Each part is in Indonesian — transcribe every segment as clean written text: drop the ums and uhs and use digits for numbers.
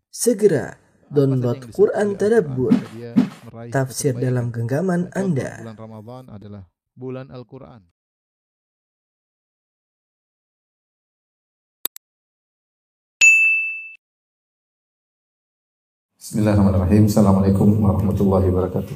Segera download Quran Tadabbur, dia meraih tafsir kebaikan. dalam genggaman Anda. Bulan Ramadan adalah bulan Al-Quran. Bismillahirrahmanirrahim. Assalamualaikum warahmatullahi wabarakatuh.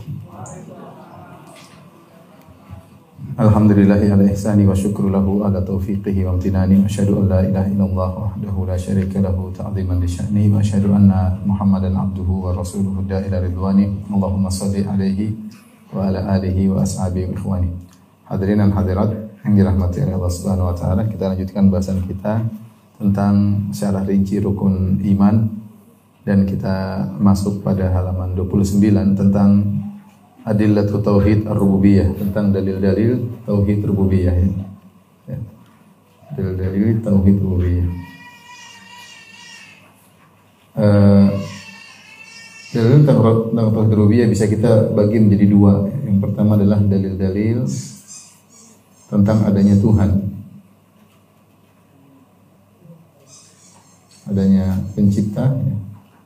Alhamdulillahi ala ihsani wa syukru lahu ala taufiqihi wa amtinani wa asyhadu an la ilaha illallah wahdahu la syarika lahu ta'ziman li sya'ni wa asyhadu anna Muhammadan abduhu wa rasuluhu da'ila ridwani. Allahumma shalli alaihi wa ala alihi wa ashabihi wa ikhwani. Hadirin dan hadirat yang dirahmati oleh Allah Subhanahu wa taala, kita lanjutkan bahasan kita tentang syarah rinci rukun iman. Dan kita masuk pada halaman 29 tentang Adillatu Tauhid Ar-Rububiyah, tentang dalil-dalil Tauhid Rububiyah. Ya. Dalil-dalil Tauhid Rububiyah. Dalil tentang Tauhid Rububiyah bisa kita bagi menjadi dua. Yang pertama adalah dalil-dalil tentang adanya Tuhan, adanya pencipta, ya,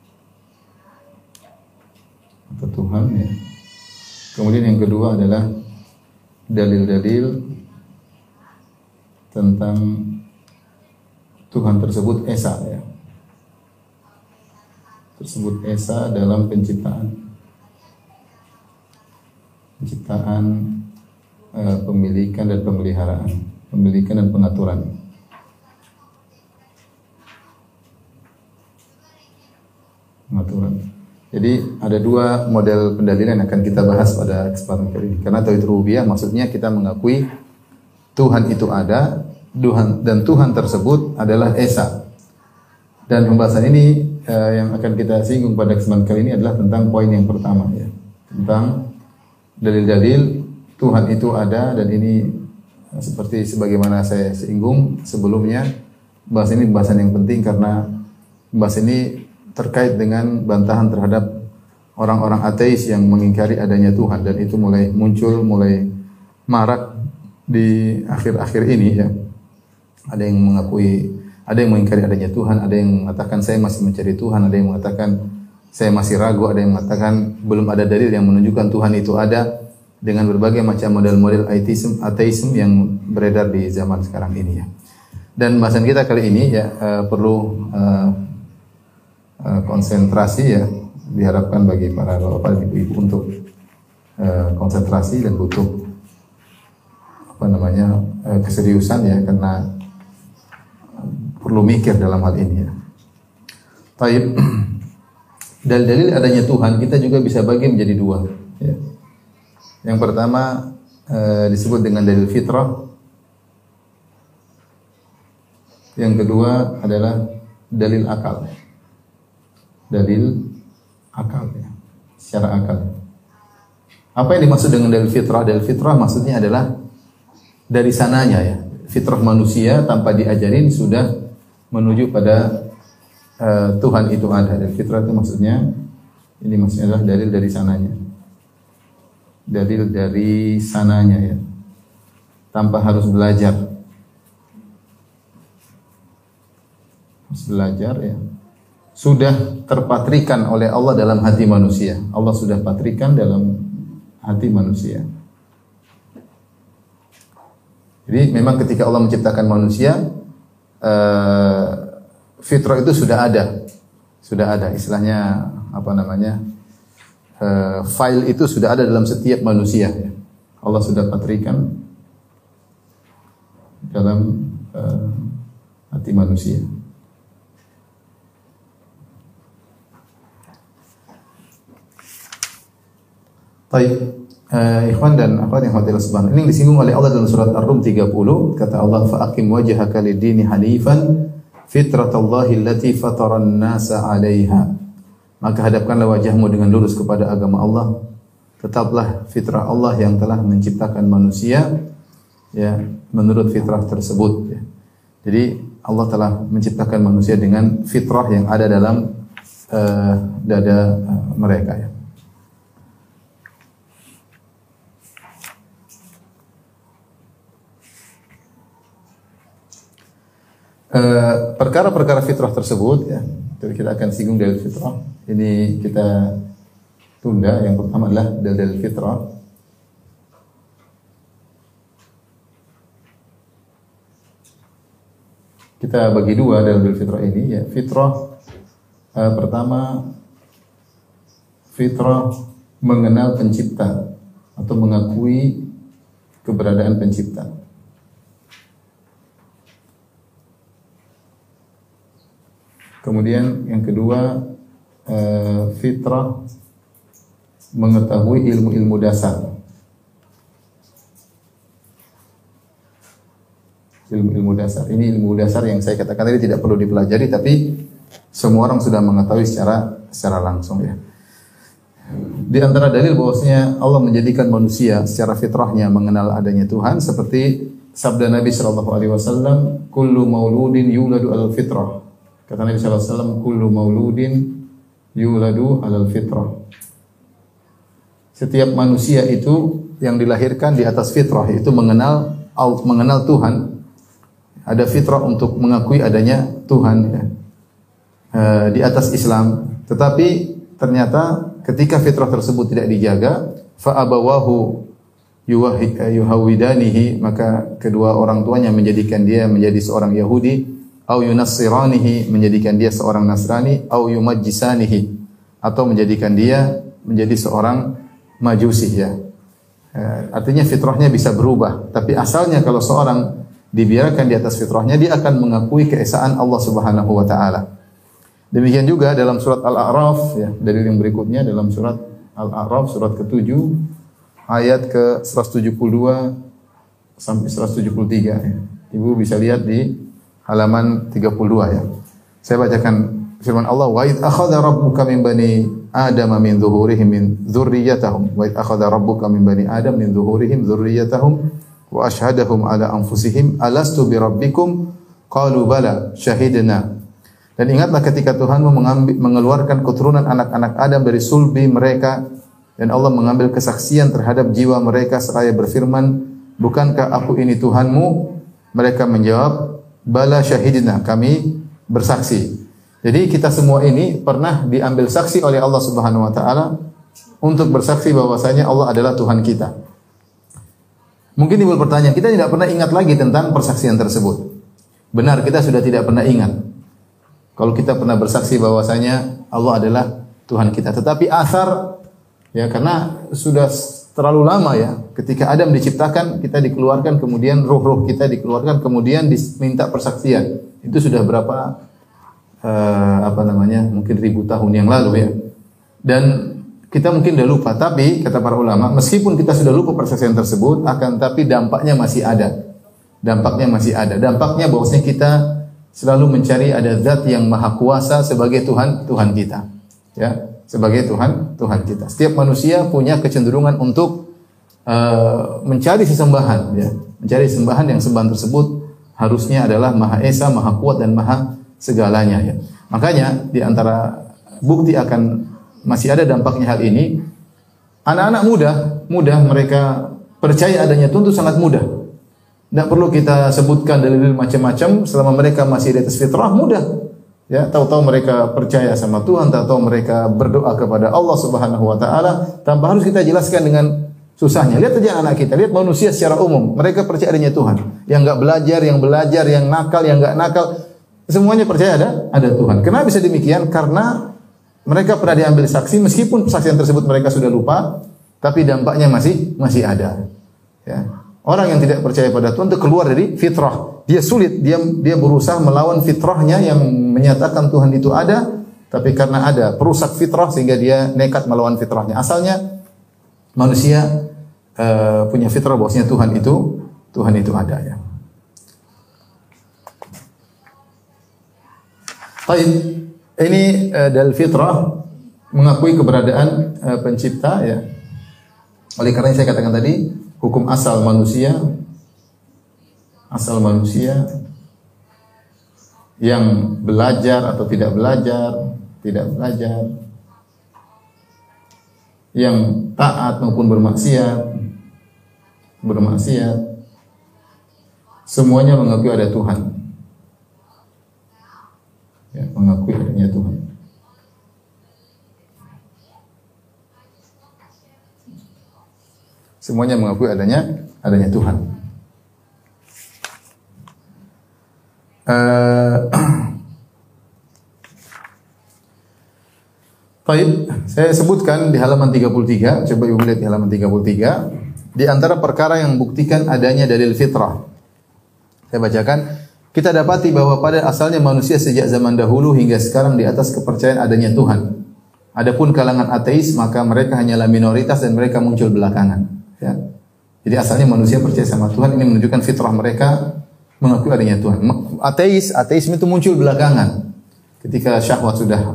atau Tuhan, ya. Kemudian yang kedua adalah dalil-dalil tentang Tuhan tersebut esa, ya. Tersebut esa dalam penciptaan, pemilikan dan pemeliharaan, pemilikan dan pengaturan. Jadi ada dua model pendalilan yang akan kita bahas pada kesempatan kali ini. Karena Tauhid Rububiyah maksudnya kita mengakui Tuhan itu ada, dan Tuhan tersebut adalah esa. Dan pembahasan ini yang akan kita singgung pada kesempatan kali ini adalah tentang poin yang pertama, ya, tentang dalil-dalil Tuhan itu ada. Dan ini seperti sebagaimana saya singgung sebelumnya, bahasan ini bahasan yang penting karena bahasan ini terkait dengan bantahan terhadap orang-orang ateis yang mengingkari adanya Tuhan, dan itu mulai muncul, mulai marak di akhir-akhir ini, ya. Ada yang mengingkari adanya Tuhan, ada yang mengatakan saya masih mencari Tuhan, ada yang mengatakan saya masih ragu, ada yang mengatakan belum ada dalil yang menunjukkan Tuhan itu ada, dengan berbagai macam model-model ateisme yang beredar di zaman sekarang ini, ya. Dan bahasan kita kali ini, ya, perlu konsentrasi, ya, diharapkan bagi para bapak dan ibu untuk konsentrasi dan butuh keseriusan, ya, karena perlu mikir dalam hal ini, ya. Baik. Dalil adanya Tuhan kita juga bisa bagi menjadi dua, ya. Yang pertama disebut dengan dalil fitrah. Yang kedua adalah dalil akal. Dalil akal, ya, secara akal. Apa yang dimaksud dengan dalil fitrah? Dalil fitrah maksudnya adalah dari sananya, ya. Fitrah manusia tanpa diajarin sudah menuju pada Tuhan itu ada. Dalil fitrah itu maksudnya adalah dalil dari sananya. Dalil dari sananya, ya. Tanpa harus belajar. Harus belajar, ya. Sudah terpatrikan oleh Allah dalam hati manusia. Allah sudah patrikan dalam hati manusia. Jadi memang ketika Allah menciptakan manusia, fitrah itu sudah ada. Istilahnya file itu sudah ada dalam setiap manusia, ya. Allah sudah patrikan dalam hati manusia. Baik, ikhwan dan akhwat yang dirahmati Allah Subhanahu. Ini disinggung oleh Allah dalam surat Ar-Rum 30, kata Allah, "Fa'aqim wajhaka lid-dini hanifan fitratallahi allati fataran nasa 'alaiha." Maka hadapkanlah wajahmu dengan lurus kepada agama Allah. Tetaplah fitrah Allah yang telah menciptakan manusia, ya, menurut fitrah tersebut, ya. Jadi Allah telah menciptakan manusia dengan fitrah yang ada dalam dada mereka, ya. Perkara-perkara fitrah tersebut, ya, Jadi kita akan singgung dalil fitrah. Ini kita tunda. Yang pertama adalah dalil fitrah. Kita bagi dua dalil fitrah ini, ya. Fitrah pertama, fitrah mengenal pencipta atau mengakui keberadaan pencipta. Kemudian yang kedua, fitrah mengetahui ilmu-ilmu dasar. Ilmu-ilmu dasar. Ini ilmu dasar yang saya katakan tadi tidak perlu dipelajari, tapi semua orang sudah mengetahui secara langsung, ya. Di antara dalil bahwasanya Allah menjadikan manusia secara fitrahnya mengenal adanya Tuhan seperti sabda Nabi sallallahu alaihi wasallam, "Kullu mauludin yuladu 'alal fitrah." Kata Nabi sallallahu alaihi wasallam, "Kullu mauludin yuladu 'alal fitrah." Setiap manusia itu yang dilahirkan di atas fitrah, itu mengenal Tuhan. Ada fitrah untuk mengakui adanya Tuhan, ya, di atas Islam. Tetapi ternyata ketika fitrah tersebut tidak dijaga, fa abawahu yuhawidanihi, maka kedua orang tuanya menjadikan dia menjadi seorang Yahudi, au yunassiranihi, menjadikan dia seorang Nasrani, au yumajjisanihi, atau menjadikan dia menjadi seorang Majusi, ya. Artinya fitrahnya bisa berubah, tapi asalnya kalau seorang dibiarkan di atas fitrahnya, dia akan mengakui keesaan Allah Subhanahu wa taala. Demikian juga dalam surat Al-A'raf, ya, dalil yang berikutnya dalam surat Al-A'raf surat ke-7 ayat ke-172 sampai 173, ya. Ibu bisa lihat di halaman 32, ya. Saya bacakan firman Allah, "Wa id akhadha rabbuka min bani Adama min zuhurihim min dzurriyyatahum wa id akhadha rabbuka min bani Adam min zuhurihim dzurriyyatahum wa ashhadahum ala anfusihim alastu bi rabbikum qalu bala syahidna." Dan ingatlah ketika Tuhanmu mengeluarkan keturunan anak-anak Adam dari sulbi mereka, dan Allah mengambil kesaksian terhadap jiwa mereka seraya berfirman, "Bukankah aku ini Tuhanmu?" Mereka menjawab, "Bala syahidna," kami bersaksi. Jadi kita semua ini pernah diambil saksi oleh Allah Subhanahu wa taala untuk bersaksi bahwasanya Allah adalah Tuhan kita. Mungkin timbul pertanyaan, kita tidak pernah ingat lagi tentang persaksian tersebut. Benar, kita sudah tidak pernah ingat. Kalau kita pernah bersaksi bahwasanya Allah adalah Tuhan kita, tetapi asar, ya, karena sudah terlalu lama, ya. Ketika Adam diciptakan, kita dikeluarkan, kemudian roh-roh kita dikeluarkan, kemudian diminta persaksian. Itu sudah berapa mungkin 1000 tahun yang lalu, ya. Dan kita mungkin sudah lupa, tapi kata para ulama, meskipun kita sudah lupa persaksian tersebut, akan tapi dampaknya masih ada. Dampaknya masih ada. Dampaknya bahwasanya kita selalu mencari ada zat yang maha kuasa sebagai Tuhan kita, ya, sebagai Tuhan kita. Setiap manusia punya kecenderungan untuk mencari sesembahan, ya, mencari sembahan yang sembahan tersebut harusnya adalah Maha Esa, Maha Kuat dan Maha segalanya, ya. Makanya di antara bukti akan masih ada dampaknya hal ini, anak-anak mudah mereka percaya adanya Tuhan itu sangat mudah. Tidak perlu kita sebutkan dalil macam-macam, selama mereka masih di atas fitrah mudah. Ya, tahu-tahu mereka percaya sama Tuhan, tahu-tahu mereka berdoa kepada Allah Subhanahu wa taala tanpa harus kita jelaskan dengan susahnya. Lihat saja anak kita, lihat manusia secara umum, mereka percaya adanya Tuhan. Yang enggak belajar, yang belajar, yang nakal, yang enggak nakal, semuanya percaya ada Tuhan. Kenapa bisa demikian? Karena mereka pernah diambil saksi, meskipun persaksian tersebut mereka sudah lupa, tapi dampaknya masih ada. Ya. Orang yang tidak percaya pada Tuhan itu keluar dari fitrah. Dia sulit, dia berusaha melawan fitrahnya yang menyatakan Tuhan itu ada, tapi karena ada perusak fitrah sehingga dia nekat melawan fitrahnya. Asalnya manusia punya fitrah bahwasanya Tuhan itu ada, ya. Baik, ini dalil fitrah mengakui keberadaan pencipta, ya. Oleh karena saya katakan tadi, hukum asal manusia yang belajar atau tidak belajar, yang taat maupun bermaksiat, semuanya mengakui ada Tuhan. ya, mengakui adanya Tuhan. Semuanya mengakui adanya Tuhan. Baik, saya sebutkan di halaman 33, coba Ibu lihat di halaman 33, di antara perkara yang membuktikan adanya dalil fitrah. Saya bacakan, kita dapati bahwa pada asalnya manusia sejak zaman dahulu hingga sekarang di atas kepercayaan adanya Tuhan. Adapun kalangan ateis, maka mereka hanyalah minoritas dan mereka muncul belakangan. Ya. Jadi asalnya manusia percaya sama Tuhan, ini menunjukkan fitrah mereka mengakui adanya Tuhan. Ateisme itu muncul belakangan. Ketika syahwat sudah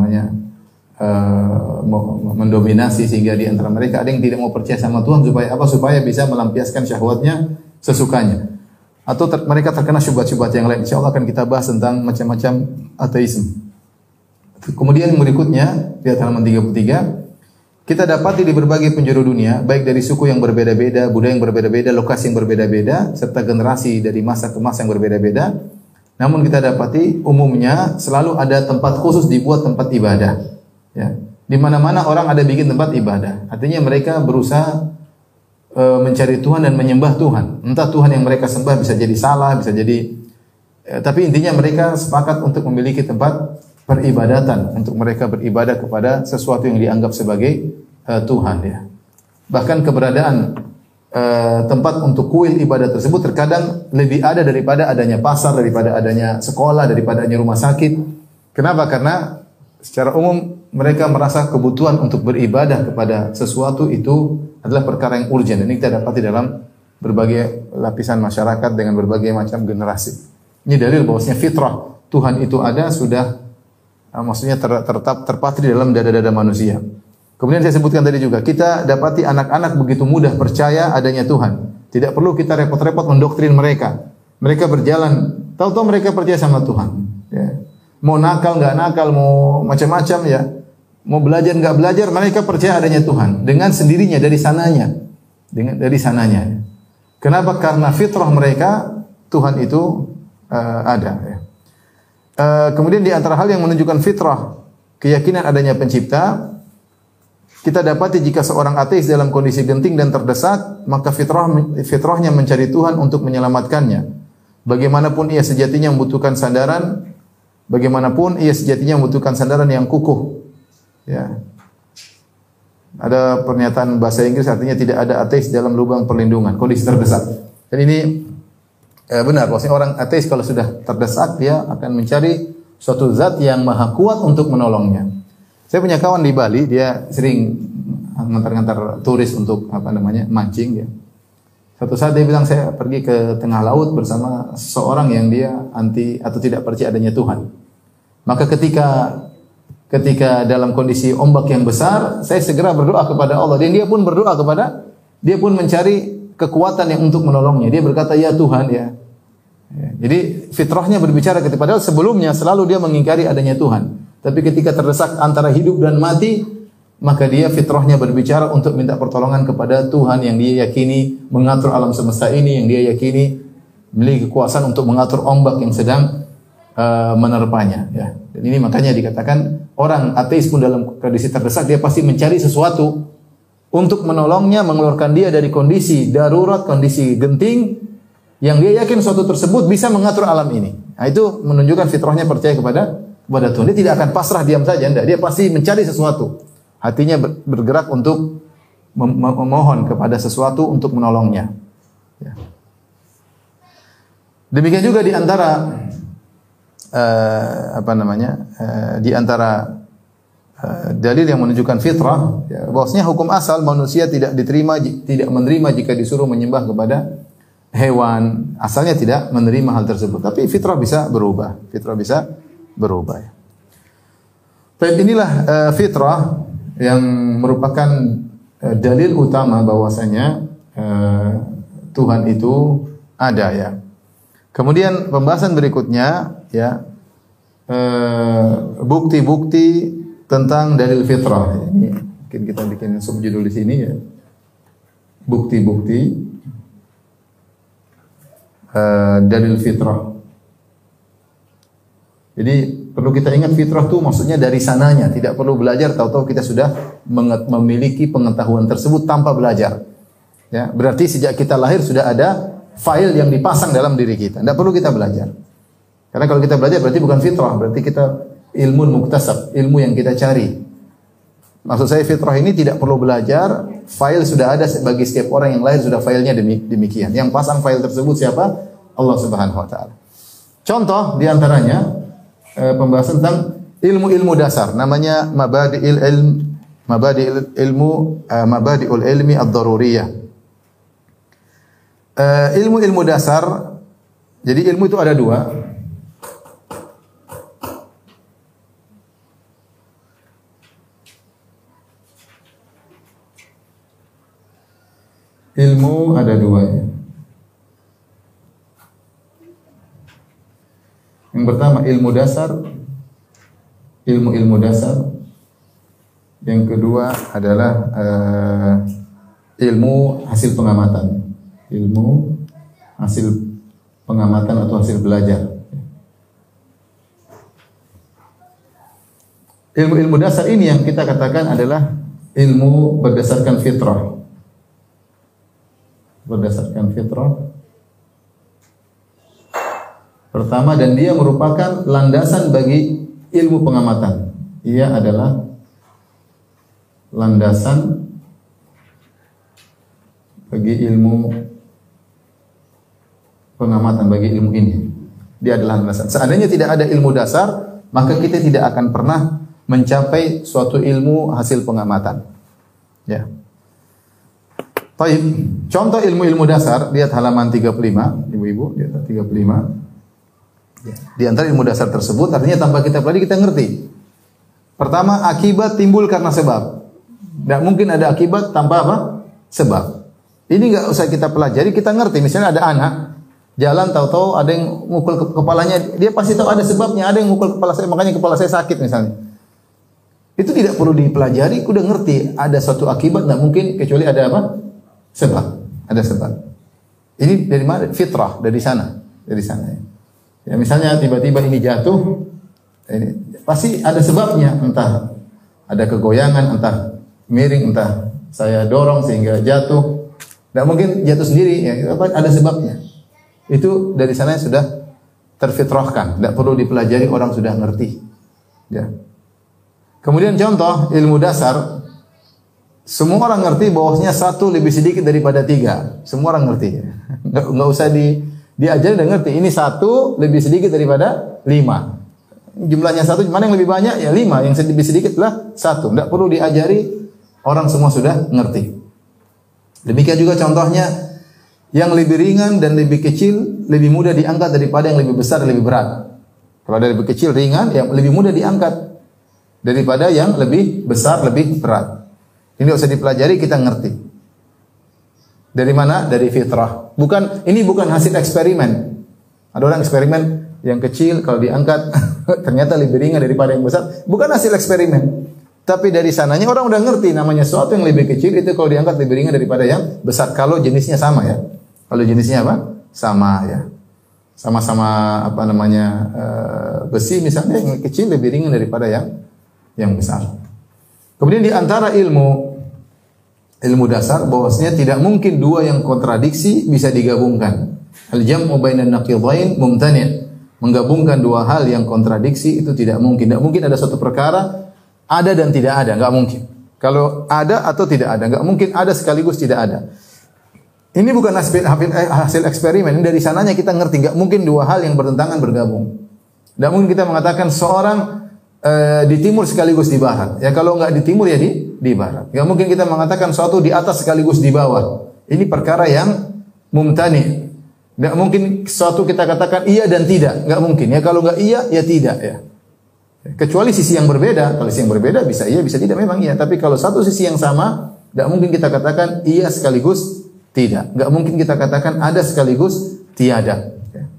mendominasi sehingga di antara mereka ada yang tidak mau percaya sama Tuhan supaya apa? Supaya bisa melampiaskan syahwatnya sesukanya. Atau mereka terkena syubhat-syubhat yang lain. Insyaallah akan kita bahas tentang macam-macam ateisme. Kemudian berikutnya di halaman 33, kita dapati di berbagai penjuru dunia, baik dari suku yang berbeda-beda, budaya yang berbeda-beda, lokasi yang berbeda-beda, serta generasi dari masa ke masa yang berbeda-beda. Namun kita dapati umumnya selalu ada tempat khusus dibuat tempat ibadah. Ya. Di mana-mana orang ada bikin tempat ibadah. Artinya mereka berusaha mencari Tuhan dan menyembah Tuhan. Entah Tuhan yang mereka sembah bisa jadi salah, bisa jadi tapi intinya mereka sepakat untuk memiliki tempat peribadatan, untuk mereka beribadah kepada sesuatu yang dianggap sebagai Tuhan, ya. Bahkan keberadaan tempat untuk kuil ibadah tersebut terkadang lebih ada daripada adanya pasar, daripada adanya sekolah, daripada adanya rumah sakit. Kenapa? Karena secara umum mereka merasa kebutuhan untuk beribadah kepada sesuatu itu adalah perkara yang urgent. Ini kita dapati dalam berbagai lapisan masyarakat dengan berbagai macam generasi. Ini dalil bahwasanya fitrah Tuhan itu ada sudah maksudnya terpatri dalam dada-dada manusia. Kemudian saya sebutkan tadi juga, kita dapati anak-anak begitu mudah percaya adanya Tuhan. Tidak perlu kita repot-repot mendoktrin mereka. Mereka berjalan, tahu-tahu mereka percaya sama Tuhan. Ya. Mau nakal nggak nakal, mau macam-macam ya, mau belajar nggak belajar, mereka percaya adanya Tuhan dengan sendirinya dari sananya. Kenapa? Karena fitrah mereka Tuhan itu ada. Ya. Kemudian di antara hal yang menunjukkan fitrah keyakinan adanya pencipta, kita dapati jika seorang ateis dalam kondisi genting dan terdesak, maka fitrahnya mencari Tuhan untuk menyelamatkannya. Bagaimanapun ia sejatinya membutuhkan sandaran, yang kukuh. Ya. Ada pernyataan bahasa Inggris artinya tidak ada ateis dalam lubang perlindungan, kondisi terdesak. Dan ini benar, bahwasanya orang ateis kalau sudah terdesak dia akan mencari suatu zat yang maha kuat untuk menolongnya. Saya punya kawan di Bali, dia sering ngantar-ngantar turis untuk mancing ya. Suatu saat dia bilang, saya pergi ke tengah laut bersama seseorang yang dia anti atau tidak percaya adanya Tuhan. Maka ketika dalam kondisi ombak yang besar, saya segera berdoa kepada Allah dan dia pun mencari kekuatan yang untuk menolongnya. Dia berkata, ya Tuhan ya. Jadi fitrahnya berbicara padahal sebelumnya selalu dia mengingkari adanya Tuhan. Tapi ketika terdesak antara hidup dan mati, maka dia fitrahnya berbicara untuk minta pertolongan kepada Tuhan yang dia yakini mengatur alam semesta ini, yang dia yakini memiliki kekuasaan untuk mengatur ombak yang sedang menerpanya. Ya. Dan ini makanya dikatakan orang ateis pun dalam kondisi terdesak dia pasti mencari sesuatu untuk menolongnya, mengeluarkan dia dari kondisi darurat, kondisi genting, yang dia yakin sesuatu tersebut bisa mengatur alam ini. Nah, itu menunjukkan fitrahnya percaya kepada Tuhan. Dia tidak akan pasrah diam saja, enggak. Dia pasti mencari sesuatu. Hatinya bergerak untuk memohon kepada sesuatu untuk menolongnya. Ya. Demikian juga di antara dalil yang menunjukkan fitrah, ya, bahwasanya hukum asal manusia tidak menerima jika disuruh menyembah kepada hewan. Asalnya tidak menerima hal tersebut, tapi fitrah bisa berubah. Ya. Baik, inilah fitrah yang merupakan dalil utama bahwasanya Tuhan itu ada, ya. Kemudian pembahasan berikutnya, ya, bukti-bukti tentang dalil fitrah. Ini mungkin kita bikin subjudul di sini, ya. Bukti-bukti dalil fitrah. Jadi Perlu kita ingat fitrah itu maksudnya dari sananya, tidak perlu belajar tahu-tahu kita sudah memiliki pengetahuan tersebut tanpa belajar. Ya, berarti sejak kita lahir sudah ada file yang dipasang dalam diri kita. Tidak perlu kita belajar. Karena kalau kita belajar berarti bukan fitrah, berarti kita ilmu muktasab, ilmu yang kita cari. Maksud saya fitrah ini tidak perlu belajar, file sudah ada bagi setiap orang yang lahir sudah filenya demikian. Yang pasang file tersebut siapa? Allah Subhanahu wa taala. Contoh di antaranya pembahasan tentang ilmu-ilmu dasar, namanya mabadi'ul ilmi ad-daruriyah. Ilmu-ilmu dasar, jadi ilmu itu ada dua. Ilmu ada dua ya. Yang pertama ilmu dasar, ilmu dasar. Yang kedua adalah ilmu hasil pengamatan, ilmu hasil pengamatan atau hasil belajar. Ilmu dasar ini yang kita katakan adalah ilmu berdasarkan fitrah, berdasarkan fitrah. Pertama, dan dia merupakan landasan bagi ilmu pengamatan. Ia adalah landasan bagi ilmu pengamatan, bagi ilmu ini. Dia adalah landasan. Seandainya tidak ada ilmu dasar, maka kita tidak akan pernah mencapai suatu ilmu hasil pengamatan. Ya. Baik. Contoh ilmu-ilmu dasar, lihat halaman 35, ibu-ibu, lihat 35. Di antara ilmu dasar tersebut, artinya tanpa kita pelajari kita ngerti. Pertama, akibat timbul karena sebab. Tidak mungkin ada akibat tanpa apa? Sebab. Ini nggak usah kita pelajari, kita ngerti. Misalnya ada anak jalan, tahu-tahu ada yang mukul kepalanya, dia pasti tahu ada sebabnya. Ada yang mukul kepala saya, makanya kepala saya sakit misalnya. Itu tidak perlu dipelajari, udah ngerti. Ada suatu akibat, nggak mungkin kecuali ada apa? Sebab. Ada sebab. Ini dari mana? Fitrah, dari sana, dari sana. Ya, misalnya tiba-tiba ini jatuh, ini pasti ada sebabnya, entah ada kegoyangan, entah miring, entah saya dorong sehingga jatuh. Tidak mungkin jatuh sendiri, ya, ada sebabnya. Itu dari sana sudah terfitrahkan, tidak perlu dipelajari, orang sudah ngerti. Ya. Kemudian contoh ilmu dasar, semua orang ngerti bahwasanya satu lebih sedikit daripada tiga, semua orang ngerti. Nggak usah diajari dan ngerti. Ini satu lebih sedikit daripada lima. Jumlahnya satu, mana yang lebih banyak? Ya lima. Yang lebih sedikit lah satu. Tidak perlu diajari, orang semua sudah ngerti. Demikian juga contohnya, yang lebih ringan dan lebih kecil lebih mudah diangkat daripada yang lebih besar dan lebih berat. Kalau ada lebih kecil ringan, yang lebih mudah diangkat daripada yang lebih besar lebih berat. Ini tidak usah dipelajari, kita ngerti. Dari mana? Dari fitrah. Ini bukan hasil eksperimen. Ada orang eksperimen yang kecil kalau diangkat ternyata lebih ringan daripada yang besar. Bukan hasil eksperimen. Tapi dari sananya orang udah ngerti namanya sesuatu yang lebih kecil itu kalau diangkat lebih ringan daripada yang besar. Kalau jenisnya sama ya. Kalau jenisnya apa? Sama ya. Sama-sama apa namanya besi misalnya, yang kecil lebih ringan daripada yang besar. Kemudian di antara ilmu dasar bahwasanya tidak mungkin dua yang kontradiksi bisa digabungkan. Al-jam'u bainan naqidain mumtani'. Menggabungkan dua hal yang kontradiksi itu tidak mungkin. Tidak mungkin ada suatu perkara ada dan tidak ada, enggak mungkin. Kalau ada atau tidak ada, enggak mungkin ada sekaligus tidak ada. Ini bukan hasil eksperimen, ini dari sananya kita ngerti, enggak mungkin dua hal yang bertentangan bergabung. Tidak mungkin kita mengatakan seorang di timur sekaligus di barat. Ya kalau enggak di timur ya di barat. Enggak mungkin kita mengatakan suatu di atas sekaligus di bawah. Ini perkara yang mumtani. Enggak mungkin suatu kita katakan iya dan tidak. Enggak mungkin. Ya kalau enggak iya ya tidak ya. Kecuali sisi yang berbeda. Kalau sisi yang berbeda bisa iya bisa tidak, memang iya. Tapi kalau satu sisi yang sama, enggak mungkin kita katakan iya sekaligus tidak. Enggak mungkin kita katakan ada sekaligus tiada.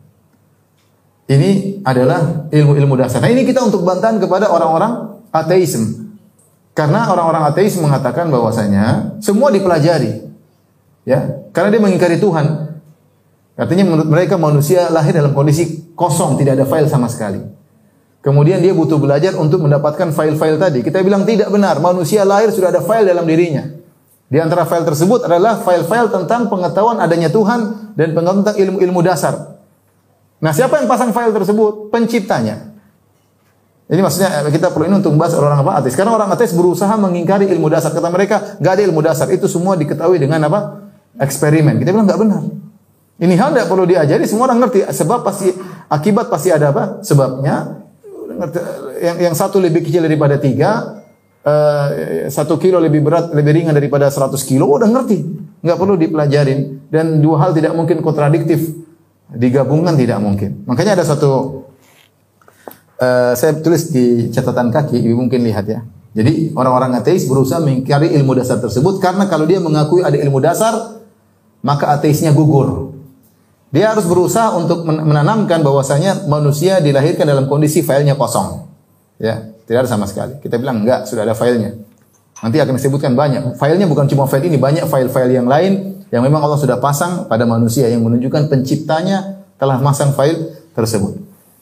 Ini adalah ilmu-ilmu dasar. Nah, ini kita untuk bantahan kepada orang-orang ateisme. Karena orang-orang ateis mengatakan bahwasanya semua dipelajari. Ya, karena dia mengingkari Tuhan. Artinya menurut mereka manusia lahir dalam kondisi kosong, tidak ada file sama sekali. Kemudian dia butuh belajar untuk mendapatkan file-file tadi. Kita bilang tidak benar. Manusia lahir sudah ada file dalam dirinya. Di antara file tersebut adalah file-file tentang pengetahuan adanya Tuhan dan pengetahuan tentang ilmu-ilmu dasar. Nah, siapa yang pasang file tersebut? Penciptanya. Ini maksudnya kita perlu ini untuk membahas orang apa ateis. Karena orang ateis berusaha mengingkari ilmu dasar. Kata mereka, nggak ada ilmu dasar. Itu semua diketahui dengan apa? Eksperimen. Kita bilang nggak benar. Ini hal tidak perlu diajari. Semua orang ngerti. Sebab pasti, akibat pasti ada apa? Sebabnya. Yang satu lebih kecil daripada 3, 1 kilo lebih berat, lebih ringan daripada 100 kilo, udah ngerti. Nggak perlu dipelajarin. Dan dua hal tidak mungkin kontradiktif. Digabungkan tidak mungkin. Makanya ada satu, saya tulis di catatan kaki, ibu mungkin lihat ya. Jadi orang-orang ateis berusaha mengingkari ilmu dasar tersebut, karena kalau dia mengakui ada ilmu dasar, maka ateisnya gugur. Dia harus berusaha untuk menanamkan bahwasanya manusia dilahirkan dalam kondisi filenya kosong. Ya, tidak ada sama sekali. Kita bilang enggak, sudah ada filenya. Nanti akan disebutkan banyak. Filenya bukan cuma file ini, banyak file-file yang lain yang memang Allah sudah pasang pada manusia yang menunjukkan penciptanya telah masang file tersebut.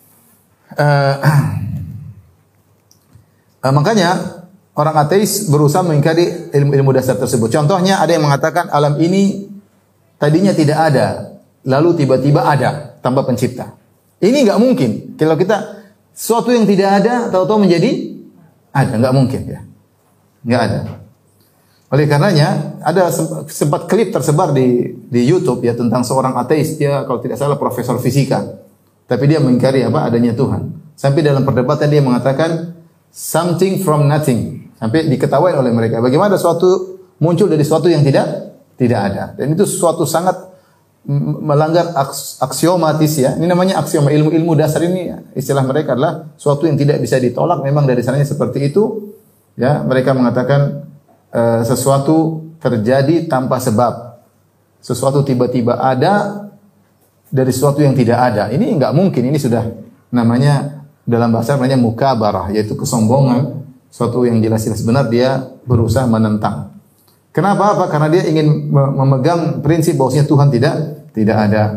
Makanya orang ateis berusaha mengingkari ilmu-ilmu dasar tersebut. Contohnya ada yang mengatakan alam ini tadinya tidak ada, lalu tiba-tiba ada tanpa pencipta. Ini nggak mungkin. Kalau kita sesuatu yang tidak ada tahu-tahu menjadi ada, nggak mungkin ya, nggak ada. Oleh karenanya ada sempat klip tersebar di YouTube ya tentang seorang ateis, dia kalau tidak salah profesor fisika, tapi dia mengingkari apa adanya Tuhan. Sampai dalam perdebatan dia mengatakan something from nothing, sampai diketawain oleh mereka. Bagaimana suatu muncul dari sesuatu yang tidak ada, dan itu sesuatu sangat melanggar aksiomatis ya. Ini namanya aksioma. Ilmu dasar ini istilah mereka adalah sesuatu yang tidak bisa ditolak. Memang dari sananya seperti itu. Ya, mereka mengatakan sesuatu terjadi tanpa sebab. Sesuatu tiba-tiba ada dari sesuatu yang tidak ada. Ini enggak mungkin. Ini sudah namanya dalam bahasa namanya mukabarah, yaitu kesombongan. Sesuatu yang jelas-jelas benar dia berusaha menentang. Kenapa? Apa? Karena dia ingin memegang prinsip bahwasanya Tuhan tidak ada.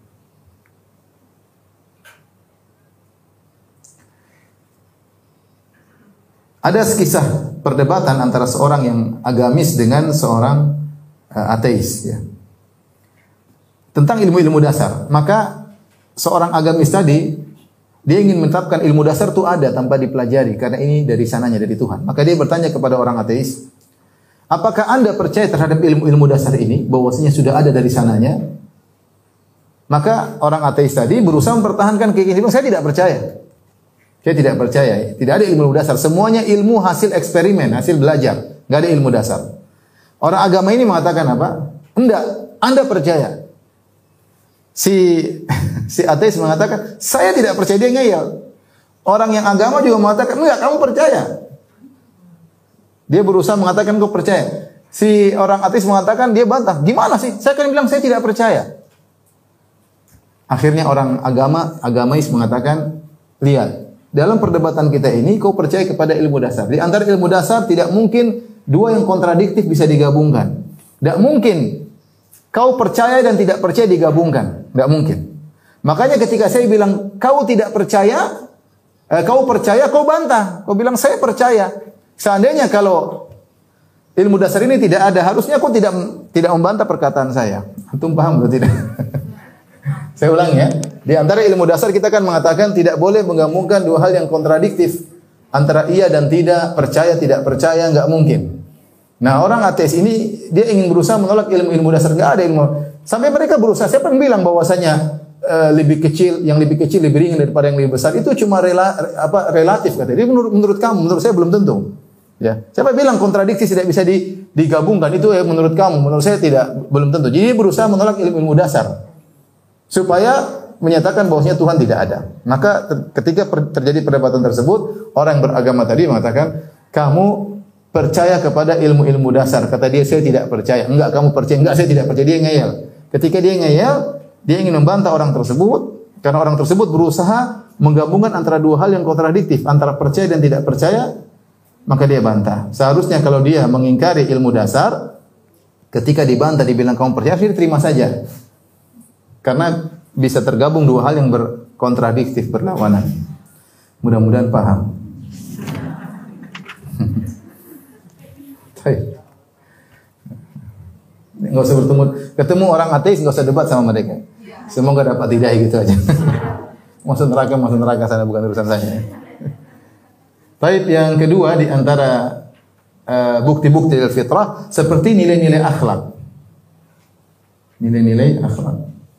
Ada kisah perdebatan antara seorang yang agamis dengan seorang ateis ya. Tentang ilmu-ilmu dasar. Maka seorang agamis tadi dia ingin menetapkan ilmu dasar itu ada tanpa dipelajari karena ini dari sananya dari Tuhan. Maka dia bertanya kepada orang ateis, apakah Anda percaya terhadap ilmu-ilmu dasar ini bahwasanya sudah ada dari sananya? Maka orang ateis tadi berusaha mempertahankan keyakinan, saya tidak percaya. Saya tidak percaya. Tidak ada ilmu dasar. Semuanya ilmu hasil eksperimen, hasil belajar. Enggak ada ilmu dasar. Orang agama ini mengatakan apa? Enggak, Anda percaya. Si ateis mengatakan, saya tidak percaya, dia ngeyel. Orang yang agama juga mengatakan, enggak, kamu percaya. Dia berusaha mengatakan kau percaya. Si orang ateis mengatakan dia bantah. Gimana sih? Saya kan bilang saya tidak percaya. Akhirnya orang agamais mengatakan, lihat, dalam perdebatan kita ini kau percaya kepada ilmu dasar. Di antara ilmu dasar tidak mungkin dua yang kontradiktif bisa digabungkan. Tidak mungkin kau percaya dan tidak percaya digabungkan. Tidak mungkin. Makanya ketika saya bilang kau tidak percaya, kau percaya, kau bantah. Kau bilang saya percaya. Seandainya kalau ilmu dasar ini tidak ada, harusnya aku tidak membantah perkataan saya. Antum paham atau tidak? Saya ulang ya. Di antara ilmu dasar kita kan mengatakan tidak boleh menggabungkan dua hal yang kontradiktif. Antara iya dan tidak, percaya tidak percaya, enggak mungkin. Nah, orang ateis ini dia ingin berusaha menolak ilmu-ilmu dasar, enggak ada ilmu. Sampai mereka berusaha, siapa yang bilang bahwasanya lebih kecil lebih ringan daripada yang lebih besar itu cuma relatif kata dia. Menurut kamu, menurut saya belum tentu. Ya. Siapa bilang kontradiksi tidak bisa digabungkan? Itu menurut kamu, menurut saya belum tentu. Jadi berusaha menolak ilmu dasar supaya menyatakan bahwasanya Tuhan tidak ada. Maka ketika terjadi perdebatan tersebut, orang yang beragama tadi mengatakan, kamu percaya kepada ilmu-ilmu dasar. Kata dia, saya tidak percaya. Enggak, kamu percaya. Enggak, saya tidak percaya. Dia ngeyel. Ketika dia ngeyel, dia ingin membantah orang tersebut karena orang tersebut berusaha menggabungkan antara dua hal yang kontradiktif, antara percaya dan tidak percaya. Maka dia bantah. Seharusnya kalau dia mengingkari ilmu dasar, ketika dibantah dibilang kamu percaya, dia terima saja. Karena bisa tergabung dua hal yang berkontradiktif, berlawanan. Mudah-mudahan paham. Baik. Nggak usah ketemu orang ateis, nggak usah debat sama mereka. Semoga dapat hidayah gitu aja. masuk neraka sana, bukan urusan saya. Baik, yang kedua di antara bukti-bukti dari fitrah seperti nilai-nilai akhlak. Nilai-nilai akhlak.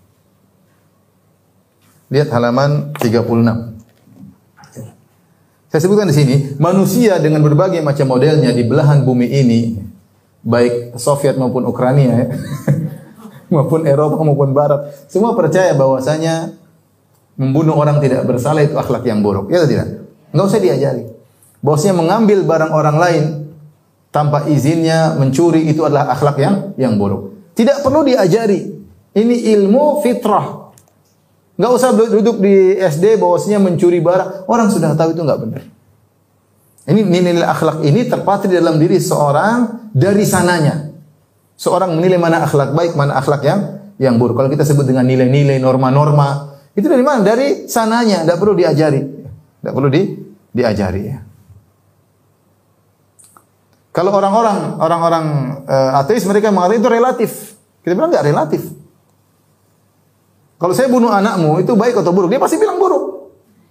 Lihat halaman 36. Saya sebutkan di sini, manusia dengan berbagai macam modelnya di belahan bumi ini, baik Soviet maupun Ukraina, maupun Eropa maupun Barat, semua percaya bahwasanya membunuh orang tidak bersalah itu akhlak yang buruk. Ya atau tidak? Enggak usah diajari. Bahwasanya mengambil barang orang lain tanpa izinnya, mencuri itu adalah akhlak yang buruk. Tidak perlu diajari. Ini ilmu fitrah. Enggak usah duduk di SD bahwasanya mencuri barang, orang sudah tahu itu enggak benar. Ini nilai akhlak ini terpatri dalam diri seorang dari sananya. Seorang menilai mana akhlak baik, mana akhlak yang buruk. Kalau kita sebut dengan nilai-nilai, norma-norma, itu dari mana? Dari sananya, tidak perlu diajari. Tidak perlu diajari ya. Kalau orang-orang ateis mereka mengatakan itu relatif. Kita bilang enggak relatif. Kalau saya bunuh anakmu itu baik atau buruk? Dia pasti bilang buruk.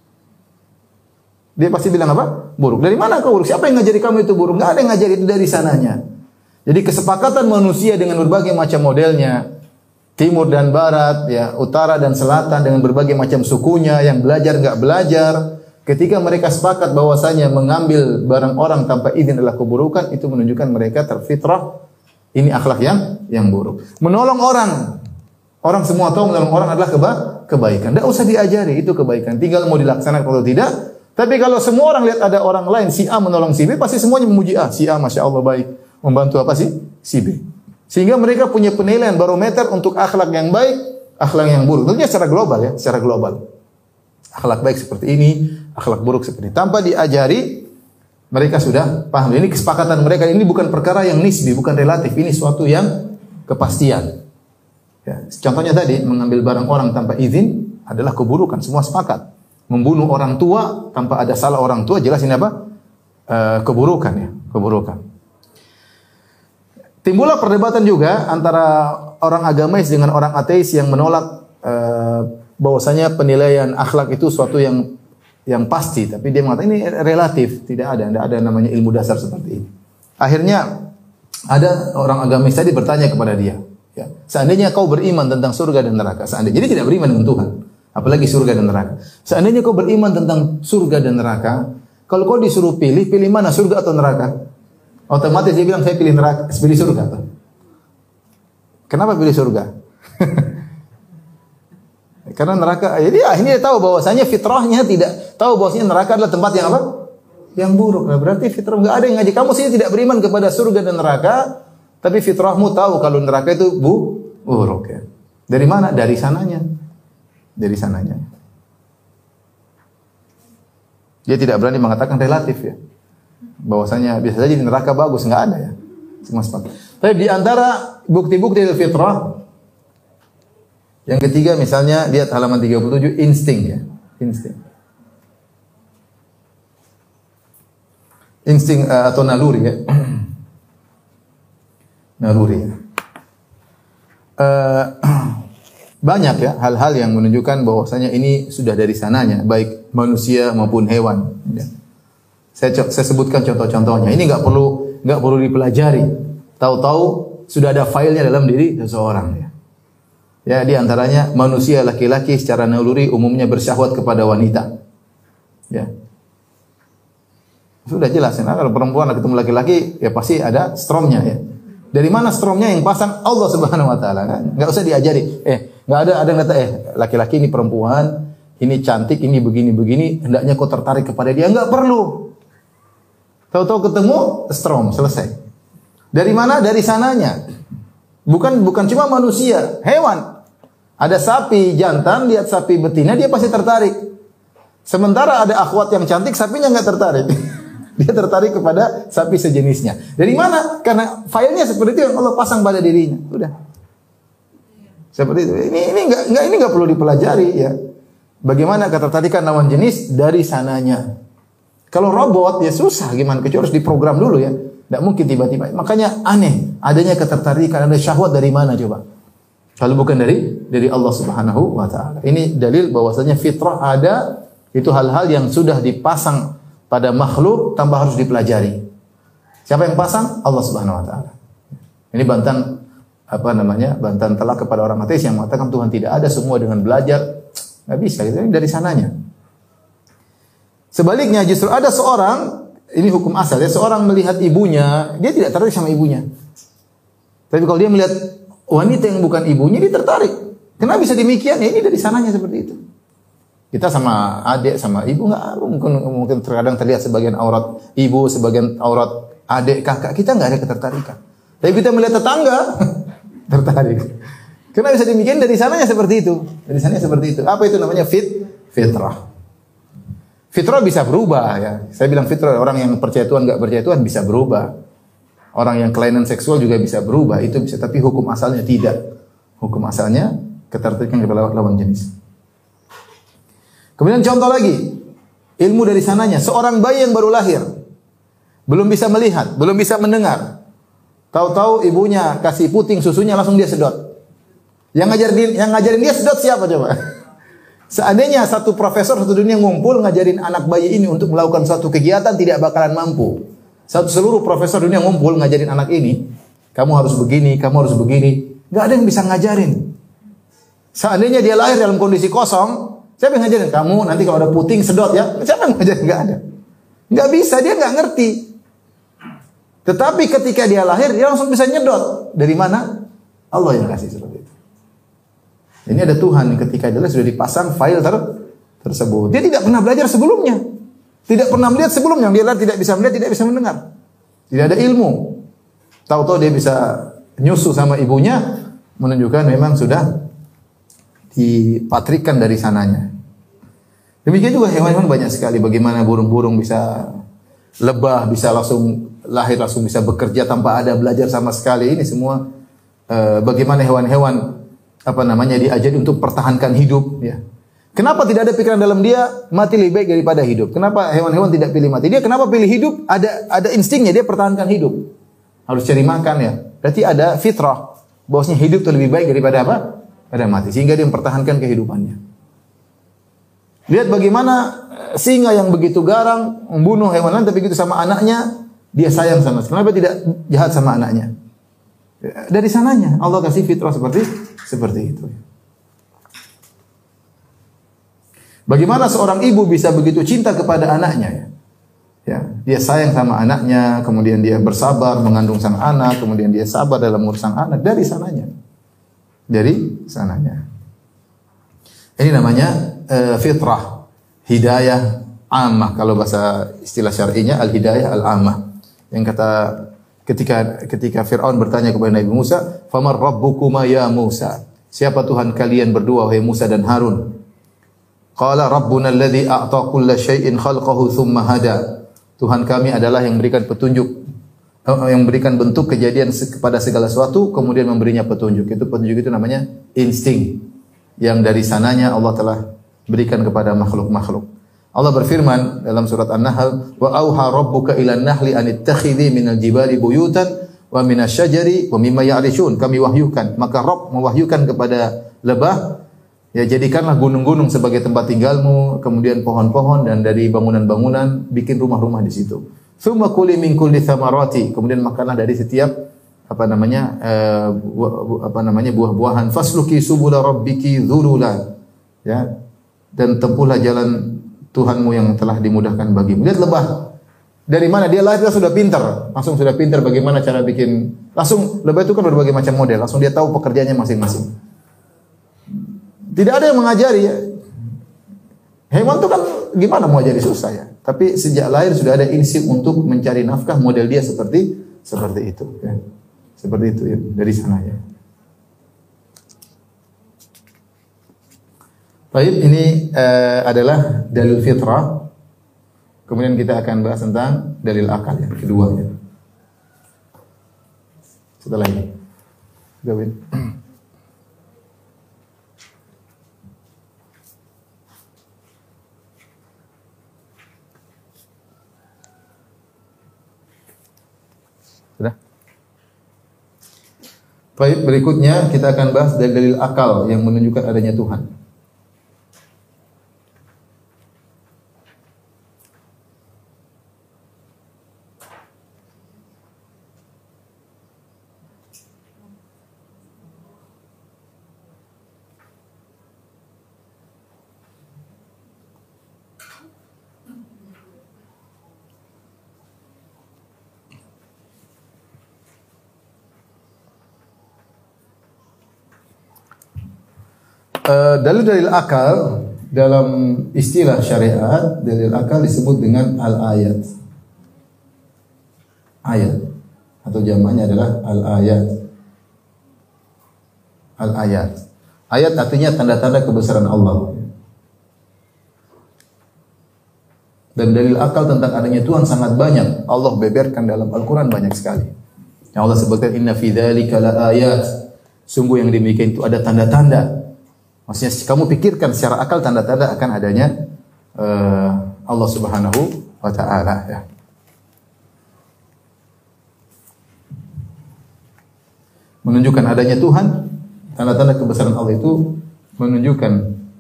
Dia pasti bilang apa? Buruk. Dari mana kau buruk? Siapa yang ngajari kamu itu buruk? Enggak ada yang ngajari, itu dari sananya. Jadi kesepakatan manusia dengan berbagai macam modelnya, timur dan barat, ya, utara dan selatan dengan berbagai macam sukunya, yang belajar enggak belajar, ketika mereka sepakat bahwasanya mengambil barang orang tanpa izin adalah keburukan, itu menunjukkan mereka terfitrah ini akhlak yang buruk. Menolong orang semua tahu menolong orang adalah kebaikan. Tidak usah diajari, itu kebaikan. Tinggal mau dilaksanakan atau tidak. Tapi kalau semua orang lihat ada orang lain, si A menolong si B, pasti semuanya memuji A. Si A, Masya Allah baik. Membantu apa sih? Si B. Sehingga mereka punya penilaian barometer untuk akhlak yang baik, akhlak yang buruk. Tentunya secara global ya, secara global. Akhlak baik seperti ini, akhlak buruk seperti ini. Tanpa diajari, mereka sudah paham. Ini kesepakatan mereka, ini bukan perkara yang nisbi, bukan relatif. Ini suatu yang kepastian. Ya, contohnya tadi, mengambil barang orang tanpa izin adalah keburukan. Semua sepakat. Membunuh orang tua tanpa ada salah orang tua, jelas ini apa? Keburukan ya, keburukan. Timbullah perdebatan juga antara orang agamais dengan orang ateis yang menolak bahwasanya penilaian akhlak itu suatu yang pasti, tapi dia mengatakan ini relatif, tidak ada namanya ilmu dasar seperti ini. Akhirnya ada orang agamais tadi bertanya kepada dia, ya, seandainya kau beriman tentang surga dan neraka, seandainya, jadi tidak beriman dengan Tuhan, apalagi surga dan neraka. Seandainya kau beriman tentang surga dan neraka, kalau kau disuruh pilih mana surga atau neraka? Otomatis dia bilang saya pilih neraka, pilih surga. Kenapa pilih surga? Karena neraka, jadi akhirnya dia tahu bahwasanya fitrahnya tidak tahu bahwasanya neraka adalah tempat yang apa? Yang buruk. Nah, berarti fitrah enggak ada yang ngaji kamu sih tidak beriman kepada surga dan neraka, tapi fitrahmu tahu kalau neraka itu buruk ya. Dari mana? Dari sananya. Dari sananya. Dia tidak berani mengatakan relatif ya. Bahwasanya biasa saja di neraka bagus, enggak ada ya. Semua sepakat. Tapi di antara bukti-bukti dari fitrah yang ketiga misalnya lihat halaman 37 insting ya. Insting atau naluri ya. Naluri ya. Banyak ya hal-hal yang menunjukkan bahwasanya ini sudah dari sananya, baik manusia maupun hewan ya. Saya sebutkan contoh-contohnya. Ini enggak perlu dipelajari. Tahu-tahu sudah ada filenya dalam diri seseorang ya. Ya, di antaranya manusia laki-laki secara naluri umumnya bersyahwat kepada wanita. Ya. Sudah jelas ya, kalau perempuan ketemu laki-laki ya pasti ada stromnya ya. Dari mana stromnya yang pasang? Allah Subhanahu wa taala kan. Enggak usah diajari. Enggak ada yang kata laki-laki ini perempuan, ini cantik, ini begini-begini, hendaknya kau tertarik kepada dia. Enggak perlu. Tahu-tahu ketemu strom, selesai. Dari mana? Dari sananya. Bukan cuma manusia, hewan. Ada sapi jantan, lihat sapi betina, dia pasti tertarik. Sementara ada akhwat yang cantik, sapinya enggak tertarik. Dia tertarik kepada sapi sejenisnya. Dari mana? Karena filenya seperti itu yang Allah pasang pada dirinya. Udah. Seperti itu. Ini enggak perlu dipelajari ya. Bagaimana ketertarikan lawan jenis? Dari sananya. Kalau robot ya susah gimana, kecuali harus diprogram dulu ya. Tidak mungkin tiba-tiba. Makanya aneh, adanya ketertarikan, ada syahwat dari mana coba? Kalau bukan dari Allah Subhanahu wa taala. Ini dalil bahwasanya fitrah ada, itu hal-hal yang sudah dipasang pada makhluk tanpa harus dipelajari. Siapa yang pasang? Allah Subhanahu wa taala. Ini bantahan bantahan telak kepada orang ateis yang mengatakan Tuhan tidak ada, semua dengan belajar. Nggak bisa, itu dari sananya. Sebaliknya justru ada seorang, ini hukum asal ya, seorang melihat ibunya, dia tidak tertarik sama ibunya. Tapi kalau dia melihat wanita yang bukan ibunya, dia tertarik. Kenapa bisa demikian? Ya, ini dari sananya seperti itu. Kita sama adik, sama ibu mungkin terkadang terlihat sebagian aurat ibu, sebagian aurat adik, kakak, kita nggak ada ketertarikan. Tapi kita melihat tetangga, tertarik. Kenapa bisa demikian? Dari sananya seperti itu. Dari sananya seperti itu. Apa itu namanya? Fitrah. Fitrah bisa berubah ya. Saya bilang fitrah, orang yang percaya Tuhan nggak percaya Tuhan bisa berubah. Orang yang kelainan seksual juga bisa berubah. Itu bisa, tapi hukum asalnya tidak. Hukum asalnya ketertarikan kepada lawan jenis. Kemudian contoh lagi, ilmu dari sananya. Seorang bayi yang baru lahir, belum bisa melihat, belum bisa mendengar. Tahu-tahu ibunya kasih puting susunya, langsung dia sedot. Yang ngajarin dia sedot siapa coba? Seandainya satu profesor satu dunia ngumpul ngajarin anak bayi ini untuk melakukan suatu kegiatan, tidak bakalan mampu. Seluruh profesor dunia ngumpul ngajarin anak ini, kamu harus begini, kamu harus begini. Gak ada yang bisa ngajarin. Seandainya dia lahir dalam kondisi kosong, siapa yang ngajarin? Kamu nanti kalau ada puting sedot ya. Siapa yang ngajarin? Gak ada. Gak bisa, dia gak ngerti. Tetapi ketika dia lahir, dia langsung bisa nyedot. Dari mana? Allah yang kasih seperti itu. Ini ada Tuhan yang ketika dia sudah dipasang file tersebut. Dia tidak pernah belajar sebelumnya. Tidak pernah melihat sebelumnya. Dia tidak bisa melihat, tidak bisa mendengar. Tidak ada ilmu. Tahu-tahu dia bisa nyusu sama ibunya, menunjukkan memang sudah dipatrikan dari sananya. Demikian juga hewan-hewan banyak sekali. Bagaimana burung-burung bisa lebah, bisa langsung lahir, langsung bisa bekerja tanpa ada belajar sama sekali. Ini semua bagaimana hewan-hewan diajari untuk pertahankan hidup ya. Kenapa tidak ada pikiran dalam dia mati lebih baik daripada hidup? Kenapa hewan-hewan tidak pilih mati? Dia kenapa pilih hidup? Ada instingnya, dia pertahankan hidup. Harus cari makan ya. Berarti ada fitrah bahwasanya hidup itu lebih baik daripada apa? Pada mati. Sehingga dia mempertahankan kehidupannya. Lihat bagaimana singa yang begitu garang membunuh hewan lain, tapi begitu sama anaknya dia sayang sama. Kenapa tidak jahat sama anaknya? Dari sananya Allah kasih fitrah seperti itu. Bagaimana seorang ibu bisa begitu cinta kepada anaknya ya? Ya, dia sayang sama anaknya, kemudian dia bersabar mengandung sang anak, kemudian dia sabar dalam ngurus sang anak dari sananya. Dari sananya. Ini namanya fitrah, hidayah ammah. Kalau bahasa istilah syar'inya al-hidayah al-ammah. Yang kata ketika Fir'aun bertanya kepada Nabi Musa, "Famar rabbukuma ya Musa?" Siapa Tuhan kalian berdua wahai Musa dan Harun? Qala rabbuna alladhi a'ta kulla syai'in khalqahu thumma hada. Tuhan kami adalah yang berikan petunjuk, yang berikan bentuk kejadian kepada segala sesuatu, kemudian memberinya petunjuk. Itu petunjuk itu namanya insting. Yang dari sananya Allah telah berikan kepada makhluk-makhluk. Allah berfirman dalam surat An-Nahl, "Wa auha rabbuka ilan nahli an ittakhidhi minal jibali buyutan wa minasyajari wa mimma ya'rishun." Kami wahyukan, maka Rabb mewahyukan kepada lebah, ya jadikanlah gunung-gunung sebagai tempat tinggalmu, kemudian pohon-pohon dan dari bangunan-bangunan bikin rumah-rumah di situ. Tsumma kuli min kulli thamarati, kemudian makanlah dari setiap buah-buahan. Fasluki subula rabbiki dzulula. Ya. Dan tempuhlah jalan Tuhanmu yang telah dimudahkan bagimu. Lihat lebah. Dari mana dia lahir, dia sudah pintar. Langsung sudah pintar bagaimana cara bikin. Langsung lebah itu kan berbagai macam model. Langsung dia tahu pekerjaannya masing-masing. Tidak ada yang mengajari ya. Hewan itu kan gimana mau ajari, susah ya. Tapi sejak lahir sudah ada insting untuk mencari nafkah, model dia seperti itu ya. Seperti itu ya, dari sana ya. Baik, ini adalah dalil fitrah. Kemudian kita akan bahas tentang dalil akal yang kedua ya. Setelah ini. Gawin. Sudah? Baik, berikutnya kita akan bahas dalil akal yang menunjukkan adanya Tuhan. Dalil-dalil akal dalam istilah syariat, dalil akal disebut dengan al-ayat. Ayat atau jamaknya adalah al-ayat. Al-ayat. Ayat artinya tanda-tanda kebesaran Allah. Dan dalil akal tentang adanya Tuhan sangat banyak. Allah beberkan dalam Al-Quran banyak sekali. Yang Allah sebutkan inna fi dzalika laayat. Sungguh yang demikian itu ada tanda-tanda. Maksudnya kamu pikirkan secara akal tanda-tanda akan adanya Allah Subhanahu wa taala ya. Menunjukkan adanya Tuhan, tanda-tanda kebesaran Allah itu menunjukkan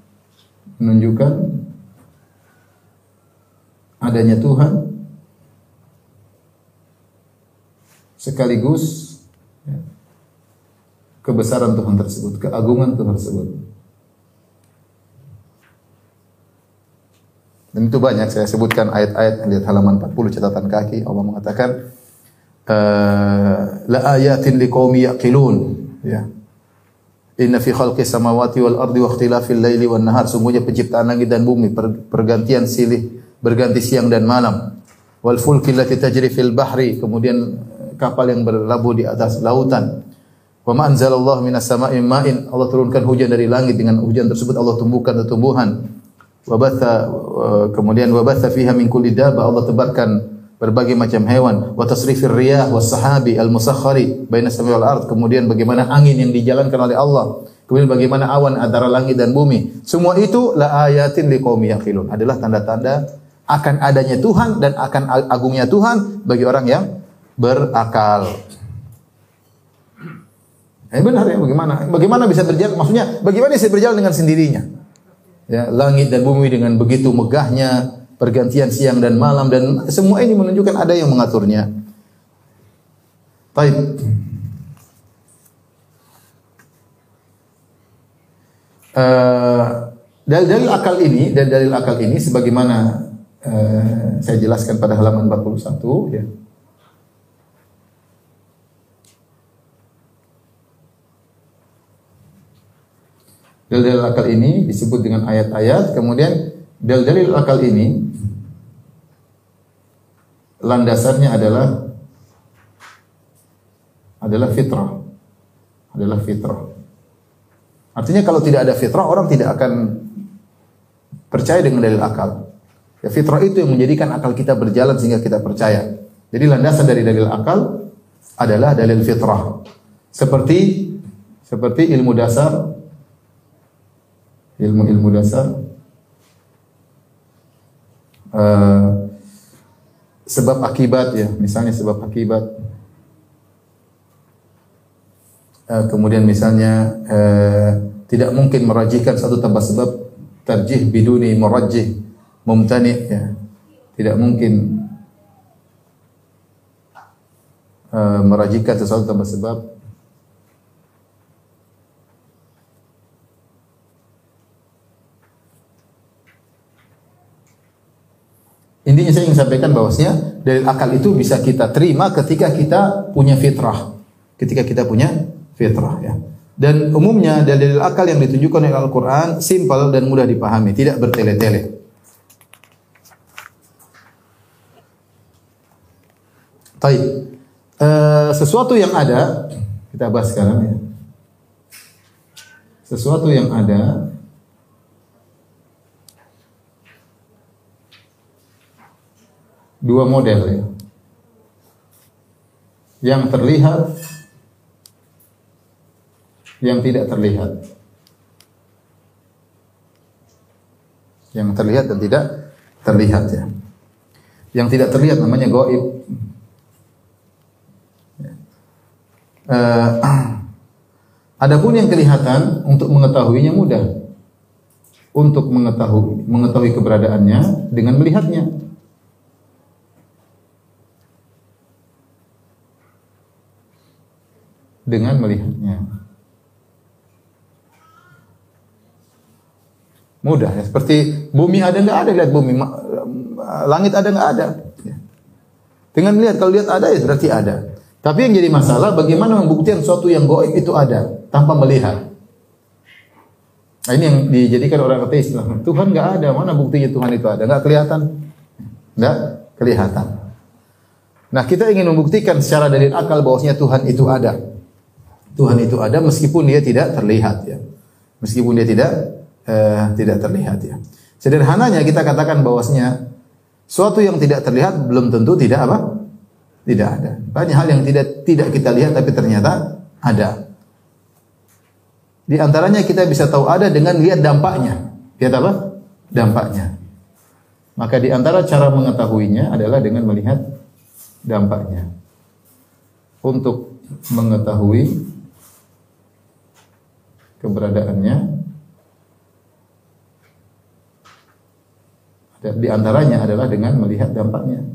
adanya Tuhan sekaligus ya, kebesaran Tuhan tersebut, keagungan Tuhan tersebut. Dan itu banyak, saya sebutkan ayat-ayat, lihat halaman 40 catatan kaki. Allah mengatakan la ayatin liqaumi yaqilun ya. Inna fi khalqis samawati wal ardi wa ikhtilafil laili wan nahar, sungguhnya penciptaan langit dan bumi, pergantian silih berganti siang dan malam. Wal fulki allati tajri fil bahri, kemudian kapal yang berlabuh di atas lautan. Wa ma anzalallahu minas sama'i ma'in, Allah turunkan hujan dari langit, dengan hujan tersebut Allah tumbuhkan tumbuhan. Kemudian wabatha fiha min kulli dabba, Allah tebarkan berbagai macam hewan. Wa tasrifir riyah was sahabi al musakhkhari baina samai wal ard, kemudian bagaimana angin yang dijalankan oleh Allah, kemudian bagaimana awan antara langit dan bumi. Semua itu la ayatin liqaumi yaqilun, adalah tanda-tanda akan adanya Tuhan dan akan agungnya Tuhan bagi orang yang berakal. Benar ya, bagaimana bisa berjalan, maksudnya bagaimana bisa berjalan dengan sendirinya? Ya, langit dan bumi dengan begitu megahnya, pergantian siang dan malam, dan semua ini menunjukkan ada yang mengaturnya. Baik. Dalil akal ini sebagaimana saya jelaskan pada halaman 41 ya. Dalil akal ini disebut dengan ayat-ayat, kemudian dalil akal ini landasannya adalah fitrah. Adalah fitrah. Artinya kalau tidak ada fitrah, orang tidak akan percaya dengan dalil akal. Ya, fitrah itu yang menjadikan akal kita berjalan sehingga kita percaya. Jadi landasan dari dalil akal adalah dalil fitrah. Seperti ilmu dasar, ilmu dasar, sebab akibat ya, misalnya sebab akibat. Kemudian misalnya tidak mungkin merajihkan satu tanpa sebab, tarjih biduni murajjih mumtani ya. Tidak mungkin merajihkan sesuatu tanpa sebab. Intinya saya ingin sampaikan bahwasanya dalil akal itu bisa kita terima ketika kita punya fitrah. Ketika kita punya fitrah ya. Dan umumnya dalil akal yang ditunjukkan oleh Al-Qur'an simpel dan mudah dipahami, tidak bertele-tele. Baik. Sesuatu yang ada, kita bahas sekarang ya. Sesuatu yang ada dua model ya. Yang terlihat, yang tidak terlihat. Yang terlihat dan tidak terlihat ya. Yang tidak terlihat namanya gaib. adapun yang kelihatan untuk mengetahuinya mudah. Untuk mengetahui keberadaannya dengan melihatnya. Dengan melihatnya. Mudah ya, seperti bumi ada nggak ada, lihat bumi, langit ada nggak ada. Dengan melihat, kalau lihat ada ya berarti ada. Tapi yang jadi masalah bagaimana membuktikan sesuatu yang gaib itu ada tanpa melihat. Nah, ini yang dijadikan orang ateis. Tuhan nggak ada, mana buktinya Tuhan itu ada? Nggak kelihatan, nggak kelihatan. Nah, kita ingin membuktikan secara dalil akal bahwasanya Tuhan itu ada. Tuhan itu ada meskipun dia tidak terlihat ya. Meskipun dia tidak terlihat ya. Sederhananya kita katakan bahwasanya suatu yang tidak terlihat belum tentu tidak apa? Tidak ada. Banyak hal yang tidak kita lihat tapi ternyata ada. Di antaranya kita bisa tahu ada dengan lihat dampaknya. Lihat apa? Dampaknya. Maka di antara cara mengetahuinya adalah dengan melihat dampaknya. Untuk mengetahui keberadaannya, di antaranya adalah dengan melihat dampaknya.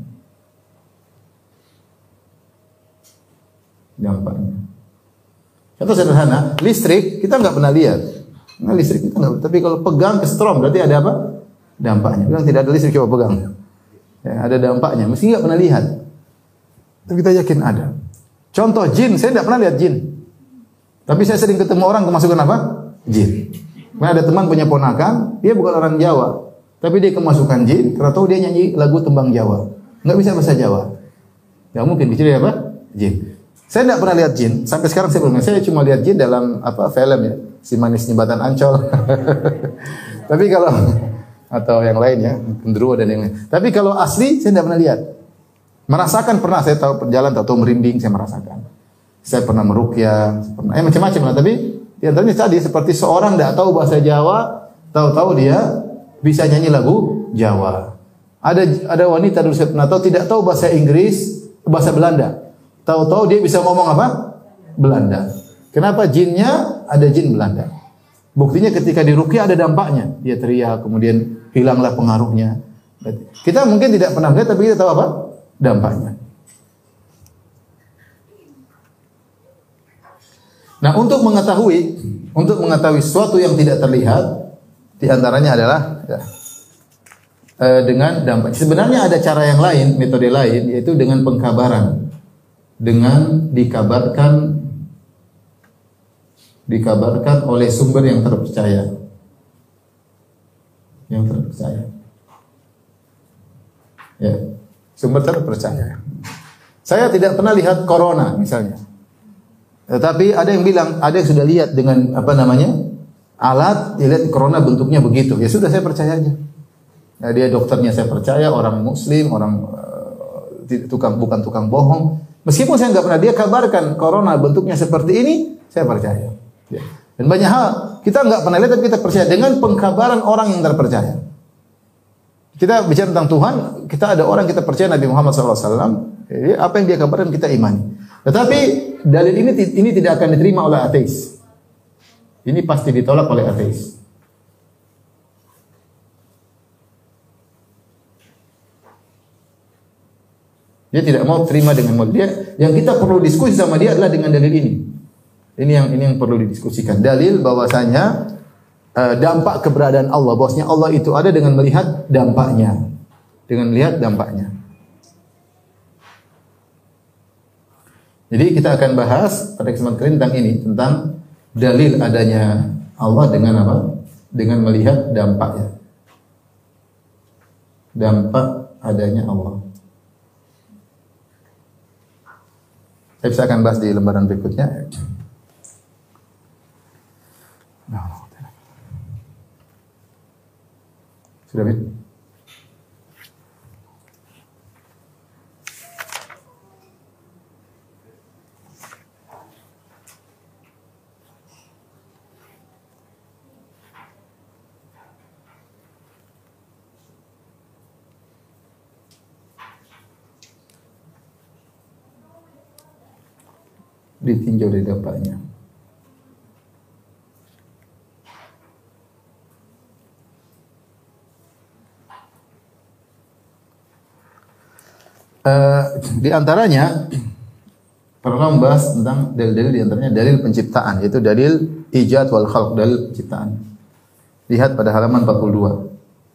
Dampaknya. Contoh sederhana, listrik kita nggak pernah lihat. Nah, listrik kita nggak. Tapi kalau pegang ke strom berarti ada apa? Dampaknya. Bilang tidak ada listrik, coba pegang. Ya, ada dampaknya. Meski nggak pernah lihat, tapi kita yakin ada. Contoh jin, saya tidak pernah lihat jin. Tapi saya sering ketemu orang kemasukan apa? Jin. Nah, ada teman punya ponakan, dia bukan orang Jawa, tapi dia kemasukan jin, karena tahu dia nyanyi lagu tembang Jawa. Nggak bisa bahasa Jawa. Nggak mungkin dicuri apa? Jin. Saya tidak pernah lihat jin, sampai sekarang saya belum. Saya cuma lihat jin dalam apa film ya, Si Manis Jembatan Ancol. Tapi kalau atau yang lain ya, Genderuwo dan yang lain. Tapi kalau asli saya tidak pernah lihat. Merasakan pernah, saya tahu perjalanan, tahu merinding, saya merasakan. Saya pernah meruqyah, pernah macam-macam lah. Tapi di antaranya tadi seperti seorang tidak tahu bahasa Jawa, tahu-tahu dia bisa nyanyi lagu Jawa. Ada wanita dulu saya pernah tahu tidak tahu bahasa Inggris, bahasa Belanda. Tahu-tahu dia bisa ngomong apa? Belanda. Kenapa? Jinnya ada jin Belanda. Buktinya ketika diruqyah ada dampaknya. Dia teriak, kemudian hilanglah pengaruhnya. Kita mungkin tidak pernah lihat, tapi kita tahu apa? Dampaknya. Nah, untuk mengetahui sesuatu yang tidak terlihat, di antaranya adalah ya, dengan dampak. Sebenarnya ada cara yang lain, metode lain, yaitu dengan pengkabaran. Dengan dikabarkan oleh sumber yang terpercaya. Yang terpercaya. Ya, sumber terpercaya. Saya tidak pernah lihat corona misalnya. Tetapi ada yang bilang, ada yang sudah lihat dengan apa namanya? Alat, dia lihat corona bentuknya begitu. Ya sudah, saya percaya aja. Ya, dia dokternya saya percaya, orang muslim, orang bukan tukang bohong. Meskipun saya nggak pernah dia kabarkan corona bentuknya seperti ini, saya percaya. Ya. Dan banyak hal kita nggak pernah lihat tapi kita percaya dengan pengkabaran orang yang terpercaya. Kita bicara tentang Tuhan, kita ada orang kita percaya Nabi Muhammad SAW. Jadi apa yang dia kabarkan kita imani. Tetapi dalil ini tidak akan diterima oleh ateis. Ini pasti ditolak oleh ateis. Dia tidak mau terima dengan model dia. Yang kita perlu diskusi sama dia adalah dengan dalil ini. Ini yang perlu didiskusikan. Dalil bahwasanya dampak keberadaan Allah, bahwasanya Allah itu ada dengan melihat dampaknya. Dengan melihat dampaknya. Jadi kita akan bahas pada kesempatan tentang ini, tentang dalil adanya Allah dengan apa? Dengan melihat dampaknya. Dampak adanya Allah. Saya bisa akan bahas di lembaran berikutnya. Sudah, Bin? ditinjau dari dampaknya. Di antaranya pernah membahas tentang dalil-dalil, di antaranya dalil penciptaan, yaitu dalil ijad wal khalq, dalil penciptaan. Lihat pada halaman 42.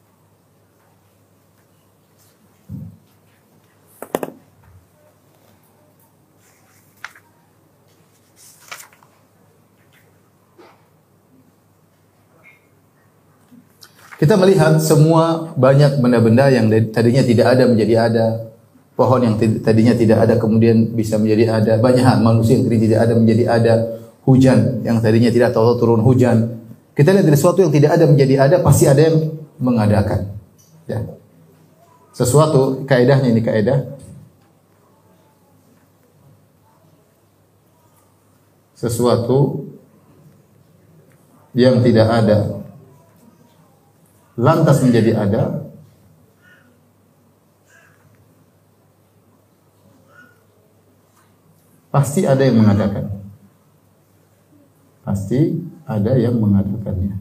Kita melihat semua banyak benda-benda yang tadinya tidak ada menjadi ada. Pohon yang tadinya tidak ada kemudian bisa menjadi ada. Banyak hal, manusia yang tadinya tidak ada menjadi ada. Hujan yang tadinya tidak tahu turun hujan. Kita lihat dari sesuatu yang tidak ada menjadi ada, pasti ada yang mengadakan. Ya. Sesuatu, kaedahnya ini kaedah. Sesuatu yang tidak ada lantas menjadi ada, pasti ada yang mengadakan. Pasti ada yang mengadakannya.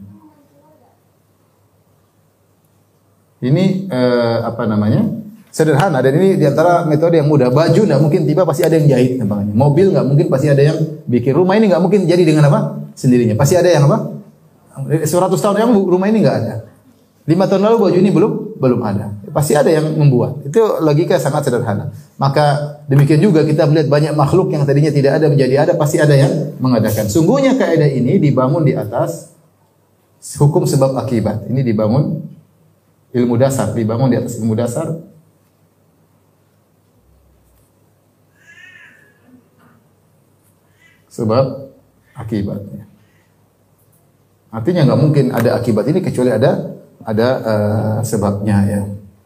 Ini apa namanya? Sederhana, dan ini diantara metode yang mudah. Baju nggak mungkin tiba, pasti ada yang jahit. Namanya. Mobil nggak mungkin, pasti ada yang bikin. Rumah ini nggak mungkin jadi dengan apa? Sendirinya. Pasti ada yang apa? 100 tahun yang rumah ini nggak ada. 5 tahun lalu baju ini belum ada. Pasti ada yang membuat. Itu logika sangat sederhana. Maka demikian juga kita melihat banyak makhluk yang tadinya tidak ada menjadi ada, pasti ada yang mengadakan. Sungguhnya kaidah ini dibangun di atas hukum sebab akibat. Ini dibangun ilmu dasar, dibangun di atas ilmu dasar. Sebab akibatnya. Artinya nggak mungkin ada akibat ini kecuali ada sebabnya ya.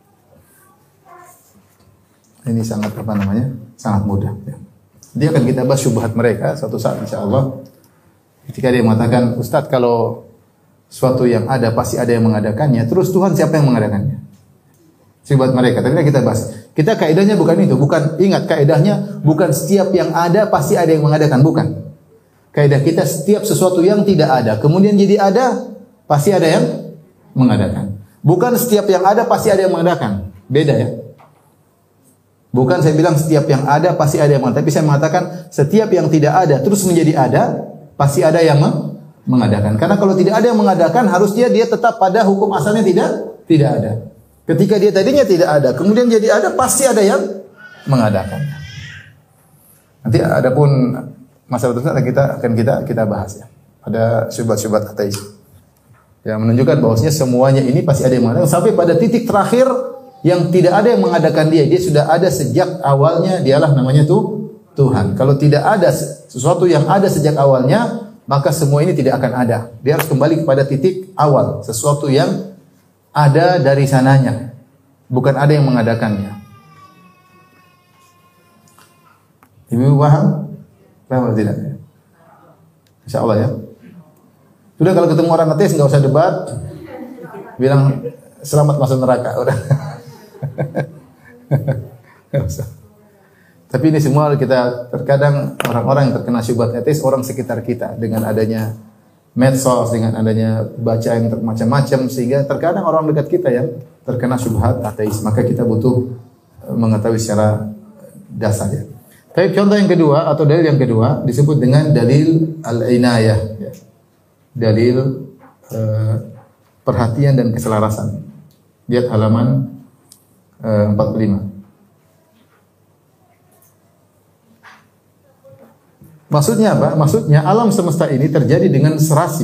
Ini sangat apa namanya? Sangat mudah ya. Dia akan kita bahas syubhat mereka suatu saat insyaallah. Ketika dia mengatakan, "Ustaz, kalau suatu yang ada pasti ada yang mengadakannya, terus Tuhan siapa yang mengadakannya?" Syubhat mereka. Tadi kita bahas. Kita kaidahnya bukan itu, bukan, ingat kaidahnya bukan setiap yang ada pasti ada yang mengadakan, bukan. Kaidah kita setiap sesuatu yang tidak ada kemudian jadi ada, pasti ada yang mengadakan. Bukan setiap yang ada pasti ada yang mengadakan. Beda ya. Bukan saya bilang setiap yang ada pasti ada yang mengadakan, tapi saya mengatakan setiap yang tidak ada terus menjadi ada, pasti ada yang mengadakan. Karena kalau tidak ada yang mengadakan, harusnya dia tetap pada hukum asalnya tidak ada. Ketika dia tadinya tidak ada, kemudian jadi ada, pasti ada yang mengadakan. Nanti adapun masalah tersebut kita bahas ya. Ada syubhat-syubhat ateis yang menunjukkan bahwasanya semuanya ini pasti ada yang mengadakan sampai pada titik terakhir yang tidak ada yang mengadakan dia sudah ada sejak awalnya, dialah namanya Tuhan. Kalau tidak ada sesuatu yang ada sejak awalnya, maka semua ini tidak akan ada. Dia harus kembali kepada titik awal, sesuatu yang ada dari sananya, bukan ada yang mengadakannya. Ibu paham? Paham atau tidak? Insya Allah ya. Sudah, kalau ketemu orang ateis nggak usah debat, bilang selamat masuk neraka, udah. Nggak usah. Tapi ini semua kita terkadang orang-orang yang terkena syubhat ateis, orang sekitar kita dengan adanya medsos, dengan adanya bacaan macam-macam, sehingga terkadang orang dekat kita yang terkena syubhat ateis. Maka kita butuh mengetahui secara dasar ya. Tapi contoh yang kedua atau dalil yang kedua disebut dengan dalil al-inayah ya. Dalil perhatian dan keselarasan. Lihat halaman 45. Maksudnya apa? Maksudnya alam semesta ini terjadi dengan serasi.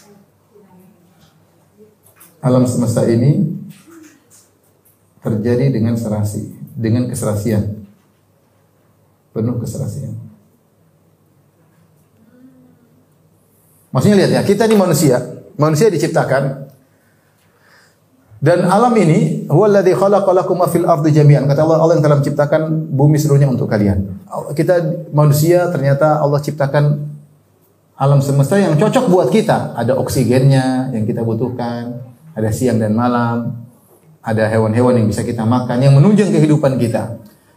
Alam semesta ini terjadi dengan serasi, dengan keserasian. Penuh keserasian. Maksudnya lihat ya, kita ini manusia diciptakan dan alam ini huwallazi khalaqalakum fil ardi jami'an. Kata Allah, Allah yang telah menciptakan bumi seluruhnya untuk kalian. Kita manusia ternyata Allah ciptakan alam semesta yang cocok buat kita. Ada oksigennya yang kita butuhkan, ada siang dan malam, ada hewan-hewan yang bisa kita makan yang menunjang kehidupan kita.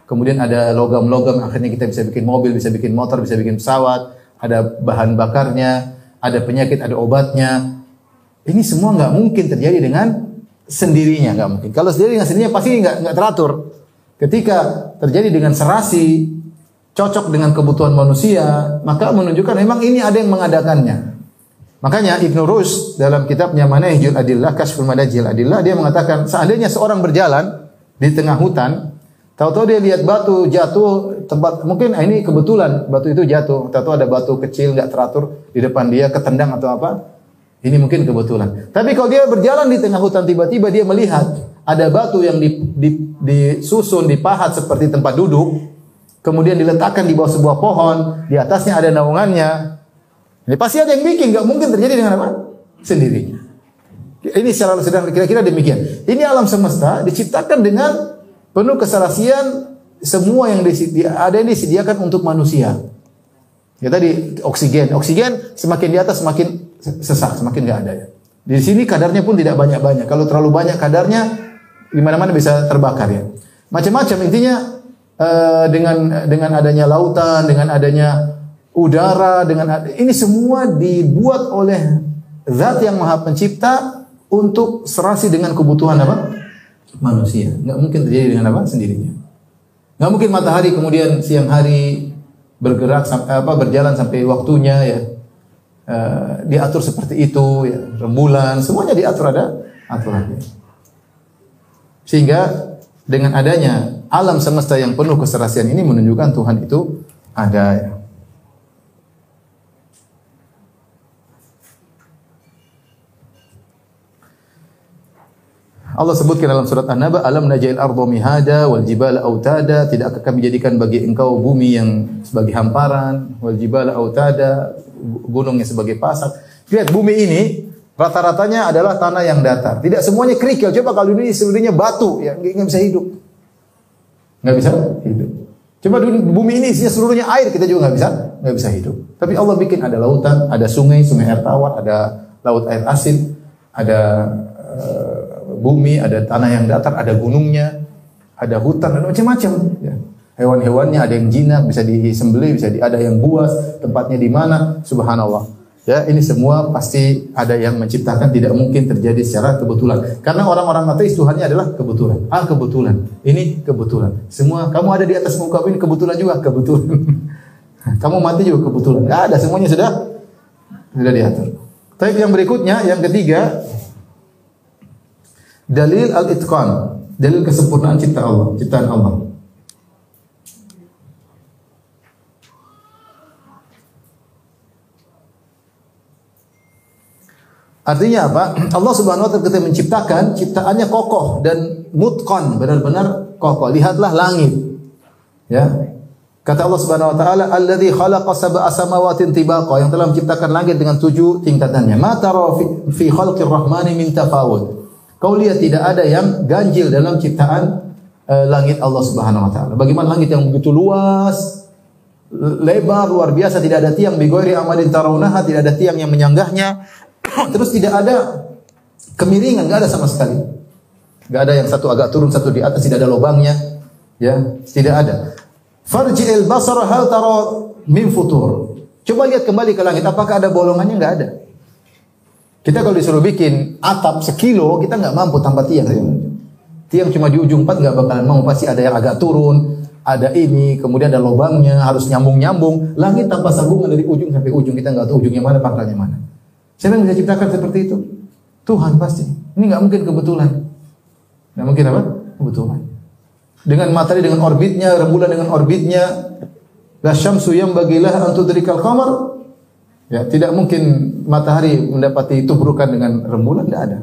kemudian ada logam-logam, akhirnya kita bisa bikin mobil, bisa bikin motor, bisa bikin pesawat, ada bahan bakarnya, ada penyakit, ada obatnya. Ini semua nggak mungkin terjadi dengan sendirinya, nggak mungkin. Kalau sendiri dengan sendirinya pasti nggak teratur. Ketika terjadi dengan serasi, cocok dengan kebutuhan manusia, maka menunjukkan memang ini ada yang mengadakannya. Makanya Ibnu Rushd dalam kitabnya Manahijul Adillah, Kashful Madajil Adillah, dia mengatakan seandainya seorang berjalan di tengah hutan, tahu-tahu dia lihat batu jatuh tempat, mungkin ini kebetulan batu itu jatuh, tahu-tahu ada batu kecil nggak teratur di depan dia, ketendang atau apa, ini mungkin kebetulan. Tapi kalau dia berjalan di tengah hutan, tiba-tiba dia melihat ada batu yang disusun, dipahat seperti tempat duduk, kemudian diletakkan di bawah sebuah pohon, di atasnya ada naungannya. Ini pasti ada yang bikin, nggak mungkin terjadi dengan apa? Sendirinya. Ini secara sederhana kira-kira demikian. Ini alam semesta diciptakan dengan penuh keserasian, semua yang ada yang disediakan untuk manusia. Ya tadi oksigen semakin di atas semakin sesak, semakin nggak ada ya. Di sini kadarnya pun tidak banyak-banyak. Kalau terlalu banyak kadarnya, di mana-mana bisa terbakar ya. Macam-macam intinya dengan adanya lautan, dengan adanya udara, ini semua dibuat oleh Zat yang Maha Pencipta untuk serasi dengan kebutuhan apa? Manusia. Nggak mungkin terjadi dengan apa? Sendirinya. Nggak mungkin matahari kemudian siang hari bergerak berjalan sampai waktunya ya. Diatur seperti itu ya. Rembulan, semuanya diatur, ada aturannya. Sehingga dengan adanya alam semesta yang penuh keserasian ini menunjukkan Tuhan itu ada ya. Allah sebutkan dalam surat An-Naba, alam naj'al arda mihada wal jibala autada, tidakkah kami jadikan bagi engkau bumi yang sebagai hamparan, wal jibala autada, gunungnya sebagai pasak. Lihat bumi ini rata-ratanya adalah tanah yang datar. Tidak semuanya kerikil. Coba kalau ini seluruhnya batu, ya nggak bisa hidup. Nggak bisa hidup. Coba bumi ini isinya seluruhnya air, kita juga nggak bisa hidup. Tapi Allah bikin ada lautan, ada sungai air tawar, ada laut air asin, ada bumi, ada tanah yang datar, ada gunungnya, ada hutan, ada macam-macam. Ya. Hewan-hewannya ada yang jinak, bisa disembelih, ada yang buas, tempatnya di mana, subhanallah. Ya, ini semua pasti ada yang menciptakan, tidak mungkin terjadi secara kebetulan. Karena orang-orang ateis Tuhannya adalah kebetulan. Kebetulan. Ini kebetulan. Semua kamu ada di atas muka ini kebetulan juga, kebetulan. Kamu mati juga kebetulan. Enggak ada, semuanya sudah diatur. Tapi yang berikutnya, yang ketiga, dalil al-itqan, dalil kesempurnaan ciptaan Allah. Artinya apa? Allah Subhanahu wa taala ketika menciptakan, ciptaannya kokoh dan mutqan, benar-benar kokoh. Lihatlah langit. Ya. Kata Allah Subhanahu wa taala, "Alladzi khalaqa sab'a samawatin tibaqa", yang telah menciptakan langit dengan 7 tingkatannya. Ma tara fi khalqir rahmani min tafawud. Kau lihat tidak ada yang ganjil dalam ciptaan langit Allah Subhanahu wa taala. Bagaimana langit yang begitu luas, lebar, luar biasa, tidak ada tiang, bighairi amalin tarawnaha, tidak ada tiang yang menyanggahnya. Terus tidak ada kemiringan, enggak ada sama sekali. Enggak ada yang satu agak turun, satu di atas, tidak ada lubangnya. Ya, tidak ada. Farji'il basara hal tara min futur. Coba lihat kembali ke langit, apakah ada bolongannya? Enggak ada. Kita kalau disuruh bikin atap sekilo, kita nggak mampu tanpa tiang. Tiang cuma di ujung 4 nggak bakalan mau, pasti ada yang agak turun, ada ini, kemudian ada lubangnya, harus nyambung-nyambung. Langit tanpa sambungan dari ujung sampai ujung, kita nggak tahu ujungnya mana, pangkalnya mana. Siapa yang bisa ciptakan seperti itu? Tuhan pasti. Ini nggak mungkin kebetulan. Nggak mungkin apa? Kebetulan. Dengan matahari dengan orbitnya, rembulan dengan orbitnya, la syamsu yanbaghi laha an tudrikal qamar. Ya, tidak mungkin matahari mendapati tubrukan dengan rembulan, tidak ada.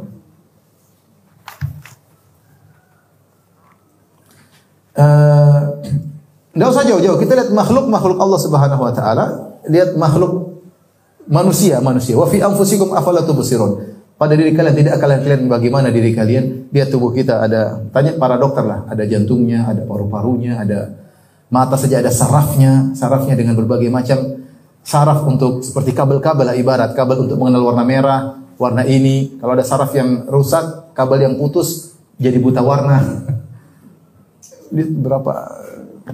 Tidak usah jauh-jauh. Kita lihat makhluk Allah Subhanahu wa taala, lihat makhluk manusia. Wa fi anfusikum afala tubsirun. Pada diri kalian tidak kalian lihat bagaimana diri kalian? Lihat tubuh kita, ada, tanya para dokter lah, ada jantungnya, ada paru-parunya, ada mata saja, ada sarafnya dengan berbagai macam saraf untuk seperti kabel-kabel lah, ibarat kabel untuk mengenal warna merah, warna ini. Kalau ada saraf yang rusak, kabel yang putus jadi buta warna. Berapa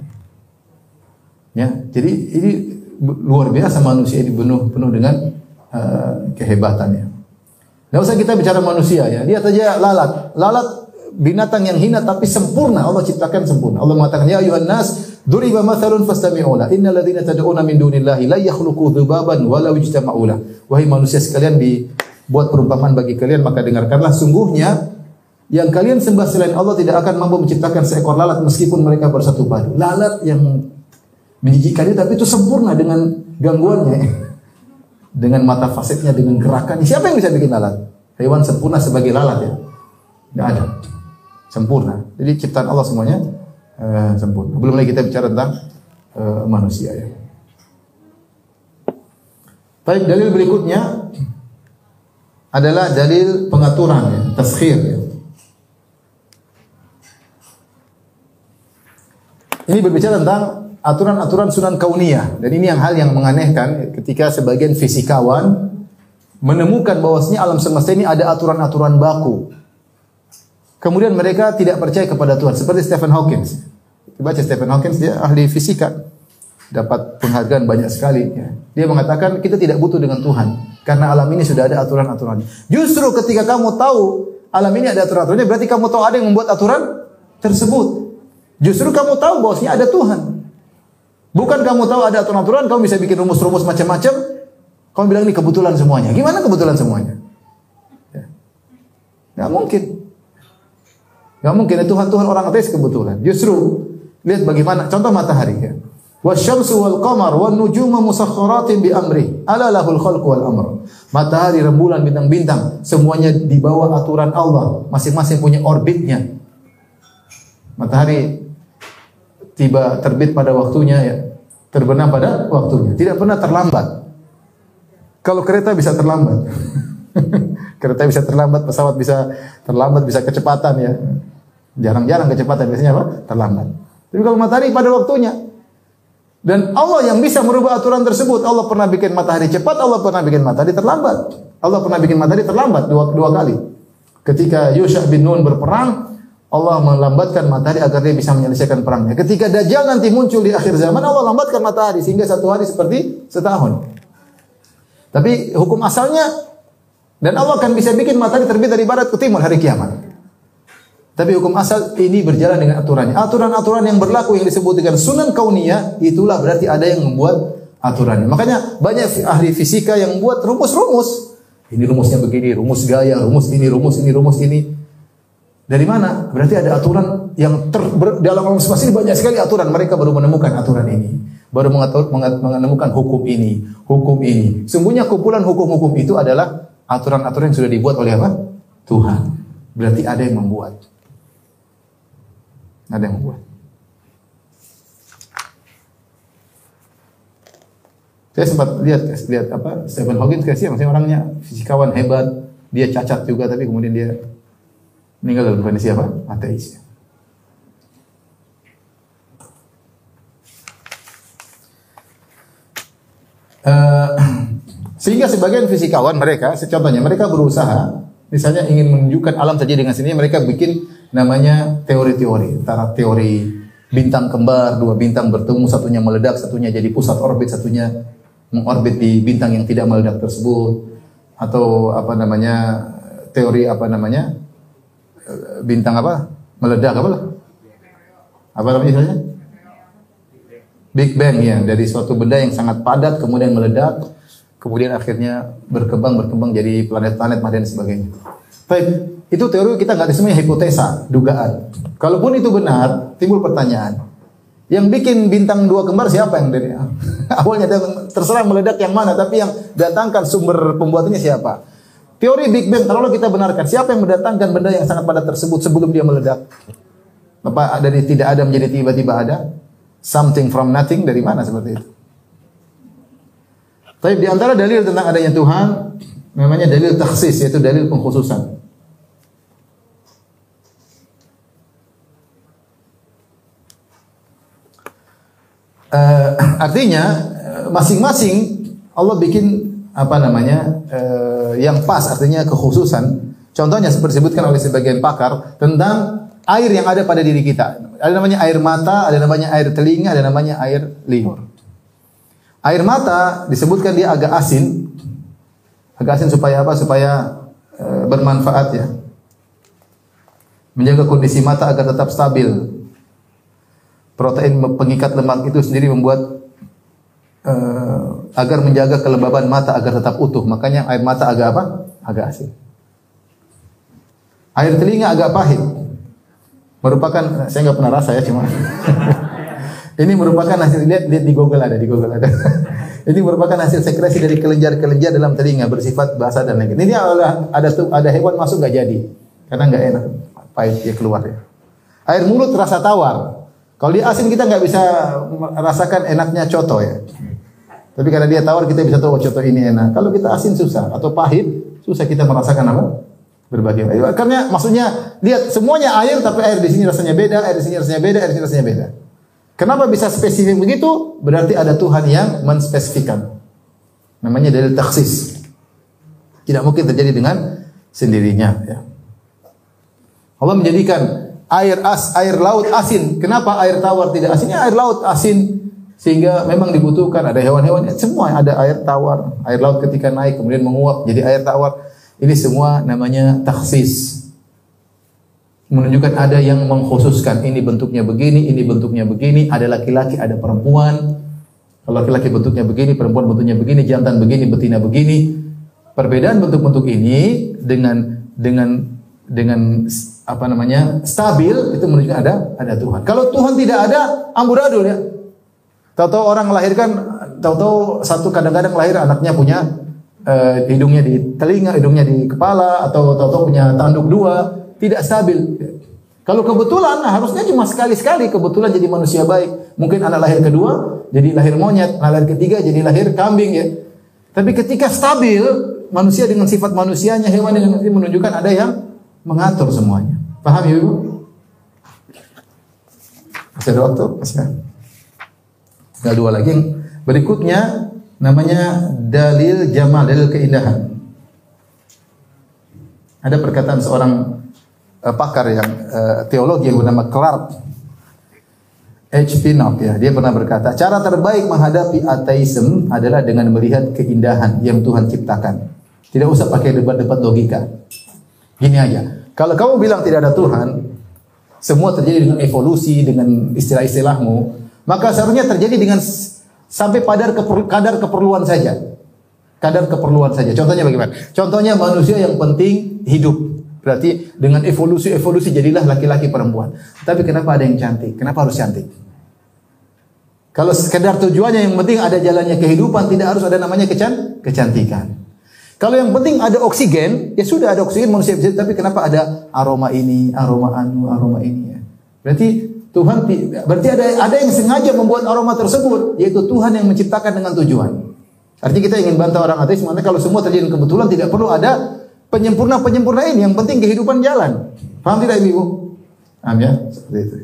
Ya, jadi ini luar biasa manusia ini penuh dengan kehebatannya. Nggak usah kita bicara manusia ya. Lihat aja lalat. Lalat binatang yang hina tapi sempurna. Allah ciptakan sempurna. Allah mengatakan ya ayuhan nas duriba mathalun fastami'u la innal ladzina tad'una min dunillahi la yakhluqu dzubaban walau ijtama'u la. Wahai manusia sekalian, dibuat perumpamaan bagi kalian maka dengarkanlah, sungguhnya yang kalian sembah selain Allah tidak akan mampu menciptakan seekor lalat meskipun mereka bersatu padu. Lalat yang menjijikkan tapi itu sempurna dengan gangguannya. Dengan mata fasetnya, dengan gerakan. Siapa yang bisa bikin lalat? Hewan sempurna sebagai lalat ya? Tidak ada. Sempurna. Jadi ciptaan Allah semuanya sempurna. Belum lagi kita bicara tentang manusia ya. Baik, dalil berikutnya adalah dalil pengaturan ya, taskhir ya. Ini berbicara tentang aturan-aturan sunan kauniyah, dan ini yang hal yang menganehkan ketika sebagian fisikawan menemukan bahwasanya alam semesta ini ada aturan-aturan baku. Kemudian mereka tidak percaya kepada Tuhan, seperti Stephen Hawking. Baca Stephen Hawking, dia ahli fisika, dapat penghargaan banyak sekali. Ya. Dia mengatakan kita tidak butuh dengan Tuhan karena alam ini sudah ada aturan-aturannya. Justru ketika kamu tahu alam ini ada aturan-aturannya, berarti kamu tahu ada yang membuat aturan tersebut. Justru kamu tahu bahwasanya ada Tuhan. Bukan kamu tahu ada aturan-aturan, kamu bisa bikin rumus-rumus macam-macam, kamu bilang ini kebetulan semuanya. Gimana kebetulan semuanya? Ya. Gak mungkin. Gak mungkin. Tuhan orang ateis kebetulan. Justru, lihat bagaimana, contoh matahari. Ya. Wasyamsu wal qamar wan nujuma musakhkharatin bi amri. Ala lahul khalqu wal amr. Matahari, rembulan, bintang-bintang, semuanya di bawah aturan Allah. Masing-masing punya orbitnya. Matahari tiba terbit pada waktunya ya, terbenam pada waktunya, tidak pernah terlambat. Kalau kereta bisa terlambat, kereta bisa terlambat, pesawat bisa terlambat, bisa kecepatan ya. Jarang-jarang kecepatan, biasanya apa? Terlambat. Tapi kalau matahari pada waktunya, dan Allah yang bisa merubah aturan tersebut. Allah pernah bikin matahari cepat, Allah pernah bikin matahari terlambat. Allah pernah bikin matahari terlambat dua kali. Ketika Yusha bin Nun berperang, Allah melambatkan matahari agar dia bisa menyelesaikan perangnya. Ketika Dajjal nanti muncul di akhir zaman, Allah lambatkan matahari sehingga satu hari seperti setahun. Tapi hukum asalnya, dan Allah akan bisa bikin matahari terbit dari barat ke timur hari kiamat. Tapi hukum asal ini berjalan dengan aturannya. Aturan-aturan yang berlaku yang disebut dengan sunan kauniyah, itulah berarti ada yang membuat aturannya. Makanya banyak ahli fisika yang membuat rumus-rumus. Ini rumusnya begini, rumus gaya, rumus ini, rumus ini, rumus ini. Dari mana? Berarti ada aturan yang dalam alam semesta ini banyak sekali aturan. Mereka baru menemukan aturan ini, baru menemukan hukum ini, hukum ini. Sungguhnya kumpulan hukum-hukum itu adalah aturan-aturan yang sudah dibuat oleh apa? Tuhan. Berarti ada yang membuat. Ada yang membuat. Saya sempat lihat apa? Stephen Hawking kasihan, maksudnya orangnya fisikawan hebat, dia cacat juga, tapi kemudian dia meninggal dalam kondisi apa? Ateis. Sehingga sebagian fisikawan mereka, contohnya mereka berusaha, misalnya ingin menunjukkan alam saja dengan sini, mereka bikin namanya teori-teori, antara teori bintang kembar, dua bintang bertemu, satunya meledak, satunya jadi pusat orbit, satunya mengorbit di bintang yang tidak meledak tersebut, atau apa namanya teori apa namanya bintang apa meledak apa namanya istilahnya? Big Bang ya, dari suatu benda yang sangat padat kemudian meledak, kemudian akhirnya berkembang jadi planet-planet dan sebagainya. Baik, itu teori kita nggak semuanya hipotesa, dugaan. Kalaupun itu benar, timbul pertanyaan. Yang bikin bintang dua kembar siapa yang dari awalnya terserah meledak yang mana, tapi yang datangkan sumber pembuatannya siapa? Teori Big Bang, kalau kita benarkan, siapa yang mendatangkan benda yang sangat padat tersebut sebelum dia meledak? Apa dari tidak ada menjadi tiba-tiba ada? Something from nothing, dari mana seperti itu? Tapi di antara dalil tentang adanya Tuhan, namanya dalil takhsis, yaitu dalil pengkhususan. Artinya masing-masing Allah bikin apa namanya yang pas, artinya kekhususan. Contohnya seperti disebutkan oleh sebagian pakar tentang air yang ada pada diri kita. Ada namanya air mata, ada namanya air telinga, ada namanya air liur. Air mata disebutkan dia agak asin. Agak asin supaya apa? Supaya bermanfaat ya. Menjaga kondisi mata agar tetap stabil. Protein pengikat lemak itu sendiri membuat agar menjaga kelembaban mata agar tetap utuh. Makanya air mata agak apa? Agak asin. Air telinga agak pahit. Merupakan, saya nggak pernah rasa ya, cuma ini merupakan hasil, lihat di Google ada. Ini merupakan hasil sekresi dari kelenjar-kelenjar dalam telinga bersifat basah dan lengket. Ini ada hewan masuk nggak jadi, karena nggak enak, pahit dia keluar ya. Air mulut rasa tawar. Kalau dia asin kita nggak bisa merasakan enaknya coto ya. Tapi karena dia tawar kita bisa tahu coto ini enak. Kalau kita asin susah atau pahit susah kita merasakan apa? Berbagai. Karena maksudnya lihat semuanya air tapi air di sini rasanya beda, air di sini rasanya beda, air di sini rasanya beda. Kenapa bisa spesifik begitu? Berarti ada Tuhan yang menspesifikkan. Namanya dalil takhsis. Tidak mungkin terjadi dengan sendirinya ya. Allah menjadikan air laut asin. Kenapa air tawar tidak asinnya? Air laut asin sehingga memang dibutuhkan ada hewan-hewan semua ada air tawar. Air laut ketika naik kemudian menguap jadi air tawar. Ini semua namanya takhsis. Menunjukkan ada yang mengkhususkan ini bentuknya begini, ini bentuknya begini, ada laki-laki, ada perempuan. Kalau laki-laki bentuknya begini, perempuan bentuknya begini, jantan begini, betina begini. Perbedaan bentuk-bentuk ini dengan apa namanya? Stabil itu menunjukkan ada Tuhan. Kalau Tuhan tidak ada, amburadul ya. Tahu-tahu orang melahirkan, tahu-tahu satu kadang-kadang lahir anaknya punya hidungnya di telinga, hidungnya di kepala, atau tahu-tahu punya tanduk dua. Tidak stabil. Kalau kebetulan, harusnya cuma sekali-sekali kebetulan jadi manusia baik. Mungkin anak lahir kedua, jadi lahir monyet. Anak lahir ketiga, jadi lahir kambing ya. Tapi ketika stabil, manusia dengan sifat manusianya, hewan dengan menunjukkan ada yang mengatur semuanya. Paham ya Ibu? Masih ada waktu? Masih ada. Tinggal dua lagi. Yang berikutnya namanya dalil jamal, dalil keindahan. Ada perkataan seorang pakar yang teologi yang bernama Clark H. Pinnock ya, dia pernah berkata, cara terbaik menghadapi ateisme adalah dengan melihat keindahan yang Tuhan ciptakan. Tidak usah pakai debat-debat logika. Gini aja, kalau kamu bilang tidak ada Tuhan, semua terjadi dengan evolusi, dengan istilah-istilahmu, maka seharusnya terjadi dengan sampai kadar keperluan saja. Kadar keperluan saja. Contohnya bagaimana? Contohnya manusia yang penting hidup. Berarti dengan evolusi jadilah laki-laki perempuan. Tapi kenapa ada yang cantik? Kenapa harus cantik? Kalau sekedar tujuannya yang penting ada jalannya kehidupan, tidak harus ada namanya kecantikan. Kalau yang penting ada oksigen, ya sudah ada oksigen manusia bisa. Tapi kenapa ada aroma ini, aroma ini ya? Berarti Tuhan berarti ada yang sengaja membuat aroma tersebut, yaitu Tuhan yang menciptakan dengan tujuan. Artinya kita ingin bantah orang ateis, makanya kalau semua terjadi kebetulan tidak perlu ada penyempurna ini, yang penting kehidupan jalan. Paham tidak Ibu? Paham ya? Seperti itu.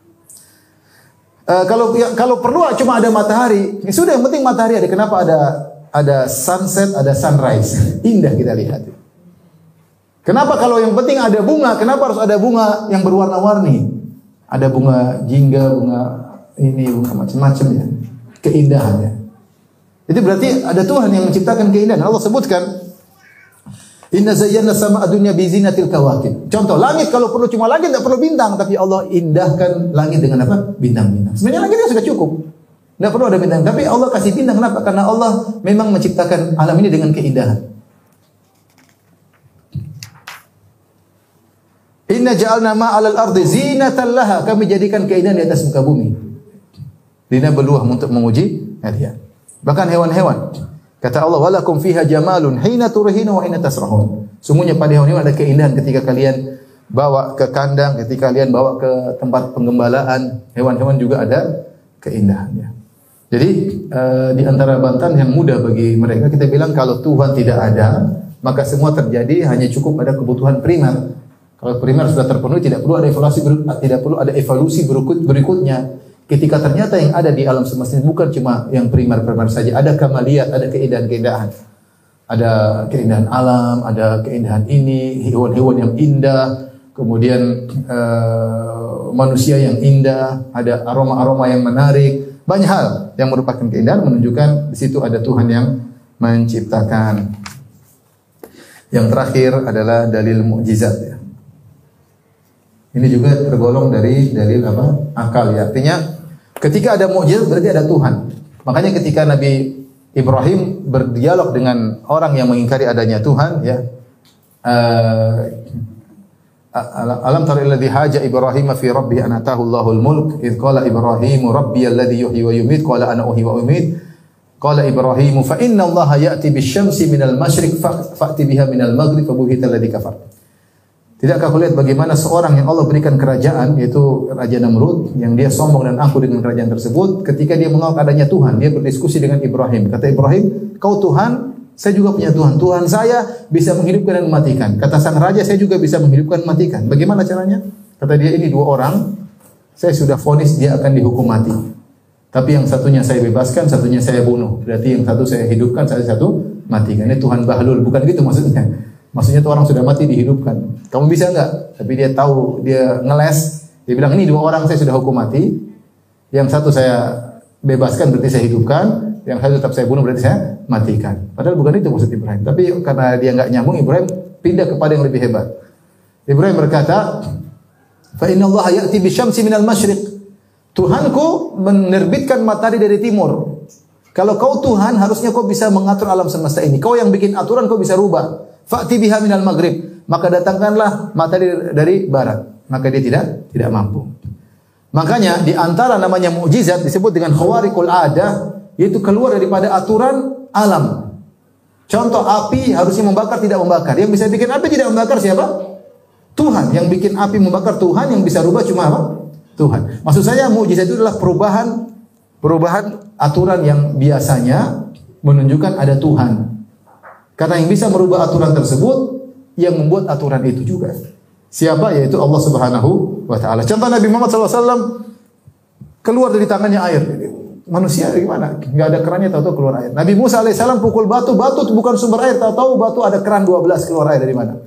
Kalau perlu cuma ada matahari, ya sudah yang penting matahari ada. Kenapa ada sunset, ada sunrise? Indah kita lihat. Kenapa kalau yang penting ada bunga? Kenapa harus ada bunga yang berwarna-warni? Ada bunga jingga, bunga ini, bunga macam-macam ya. Keindahannya. Itu berarti ada Tuhan yang menciptakan keindahan. Allah sebutkan inna zayyana sama'a dunya bi zinatil kawakib. Contoh, langit kalau perlu cuma langit enggak perlu bintang, tapi Allah indahkan langit dengan apa? Bintang-bintang. Sebenarnya langitnya sudah cukup. Enggak perlu ada bintang, tapi Allah kasih bintang. Kenapa? Karena Allah memang menciptakan alam ini dengan keindahan. Inna ja'alna ma'alal ardi zinatan laha. Kami jadikan keindahan di atas muka bumi. Dina beluah untuk menguji kalian. Bahkan hewan-hewan. Kata Allah, walakum fiha jamalun hina turhinu wa hina tasrahun. Sungguhnya pada hewan-hewan ada keindahan ketika kalian bawa ke kandang, ketika kalian bawa ke tempat penggembalaan, hewan-hewan juga ada keindahannya. Jadi di antara bantahan yang mudah bagi mereka, kita bilang kalau Tuhan tidak ada, maka semua terjadi hanya cukup ada kebutuhan primer. Kalau primer sudah terpenuhi, tidak perlu ada evolusi berikutnya. Ketika ternyata yang ada di alam semesta ini bukan cuma yang primer saja, ada kamaliyat, ada keindahan-keindahan. Ada keindahan alam, ada keindahan ini, hewan-hewan yang indah, kemudian manusia yang indah, ada aroma-aroma yang menarik, banyak hal yang merupakan keindahan menunjukkan di situ ada Tuhan yang menciptakan. Yang terakhir adalah dalil mukjizat ya. Ini juga tergolong dari dalil apa? Akal ya. Artinya ketika ada mukjizat berarti ada Tuhan. Makanya ketika Nabi Ibrahim berdialog dengan orang yang mengingkari adanya Tuhan ya. Alam tara alladhi haja Ibrahim fi rabbih an atahu Allahul mulk id qala Ibrahim rabbi alladhi yuhyi wa yumiit qala ana uhyi wa umiit qala Ibrahim fa inna Allah ya'ti bisyamsi minal masyriq fa'ti biha minal maghrib fa buhita alladhi kafar. Tidakkah kau lihat bagaimana seorang yang Allah berikan kerajaan, yaitu Raja Namrud, yang dia sombong dan angkuh dengan kerajaan tersebut, ketika dia mengaku adanya Tuhan, dia berdiskusi dengan Ibrahim. Kata Ibrahim, kau Tuhan, saya juga punya Tuhan. Tuhan saya bisa menghidupkan dan mematikan. Kata sang raja, saya juga bisa menghidupkan dan mematikan. Bagaimana caranya? Kata dia, ini dua orang, saya sudah vonis dia akan dihukum mati. Tapi yang satunya saya bebaskan, satunya saya bunuh. Berarti yang satu saya hidupkan, satu matikan. Ini Tuhan Bahlul, bukan gitu maksudnya. Maksudnya itu orang sudah mati dihidupkan. Kamu bisa enggak? Tapi dia tahu, dia ngeles. Dia bilang ini dua orang saya sudah hukum mati. Yang satu saya bebaskan berarti saya hidupkan. Yang satu tetap saya bunuh berarti saya matikan. Padahal bukan itu maksud Ibrahim. Tapi karena dia enggak nyambung, Ibrahim pindah kepada yang lebih hebat. Ibrahim berkata, "Fa inna Allah ya'ti bisyamsi minal masyriq." Tuhanku menerbitkan matahari dari timur. Kalau kau Tuhan, harusnya kau bisa mengatur alam semesta ini. Kau yang bikin aturan, kau bisa rubah. Fa'ti biha minal maghrib, maka datangkanlah matahari dari barat. Maka dia tidak mampu. Makanya di antara namanya mukjizat disebut dengan khawariqul adah, yaitu keluar daripada aturan alam. Contoh, api harusnya membakar, tidak membakar. Yang bisa bikin api tidak membakar siapa? Tuhan. Yang bikin api membakar Tuhan, yang bisa rubah cuma apa? Tuhan. Maksud saya mukjizat itu adalah perubahan aturan yang biasanya menunjukkan ada Tuhan. Karena yang bisa merubah aturan tersebut, yang membuat aturan itu juga. Siapa? Yaitu Allah Subhanahu wa Ta'ala. Contoh Nabi Muhammad SAW keluar dari tangannya air. Manusia gimana? Gak ada kerannya, tahu-tahu keluar air. Nabi Musa AS pukul batu, batu itu bukan sumber air, tahu-tahu batu ada keran 12 keluar air dari mana?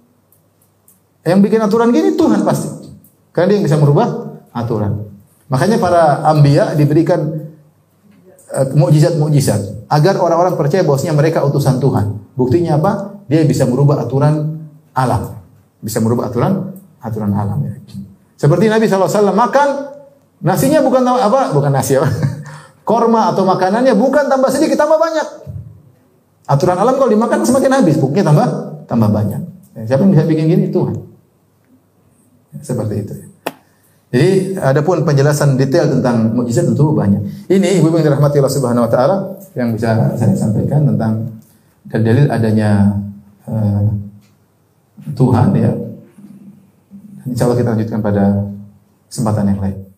Yang bikin aturan gini Tuhan pasti. Karena dia yang bisa merubah aturan. Makanya para anbiya diberikan mukjizat agar orang-orang percaya bahwasanya mereka utusan Tuhan. Buktinya apa? Dia bisa merubah aturan alam. Bisa merubah aturan alam ya. Seperti Nabi SAW makan nasinya bukan apa? Bukan nasi apa? Korma atau makanannya bukan tambah sedikit, tambah banyak. Aturan alam kalau dimakan semakin habis, buktinya tambah banyak. Siapa yang bisa bikin gini? Tuhan. Seperti itu ya. Jadi adapun penjelasan detail tentang mukjizat tentu banyak. Ini ibu yang dirahmati Allah Subhanahu wa Ta'ala yang bisa saya sampaikan tentang dalil adanya Tuhan ya. Insya Allah kita lanjutkan pada kesempatan yang lain.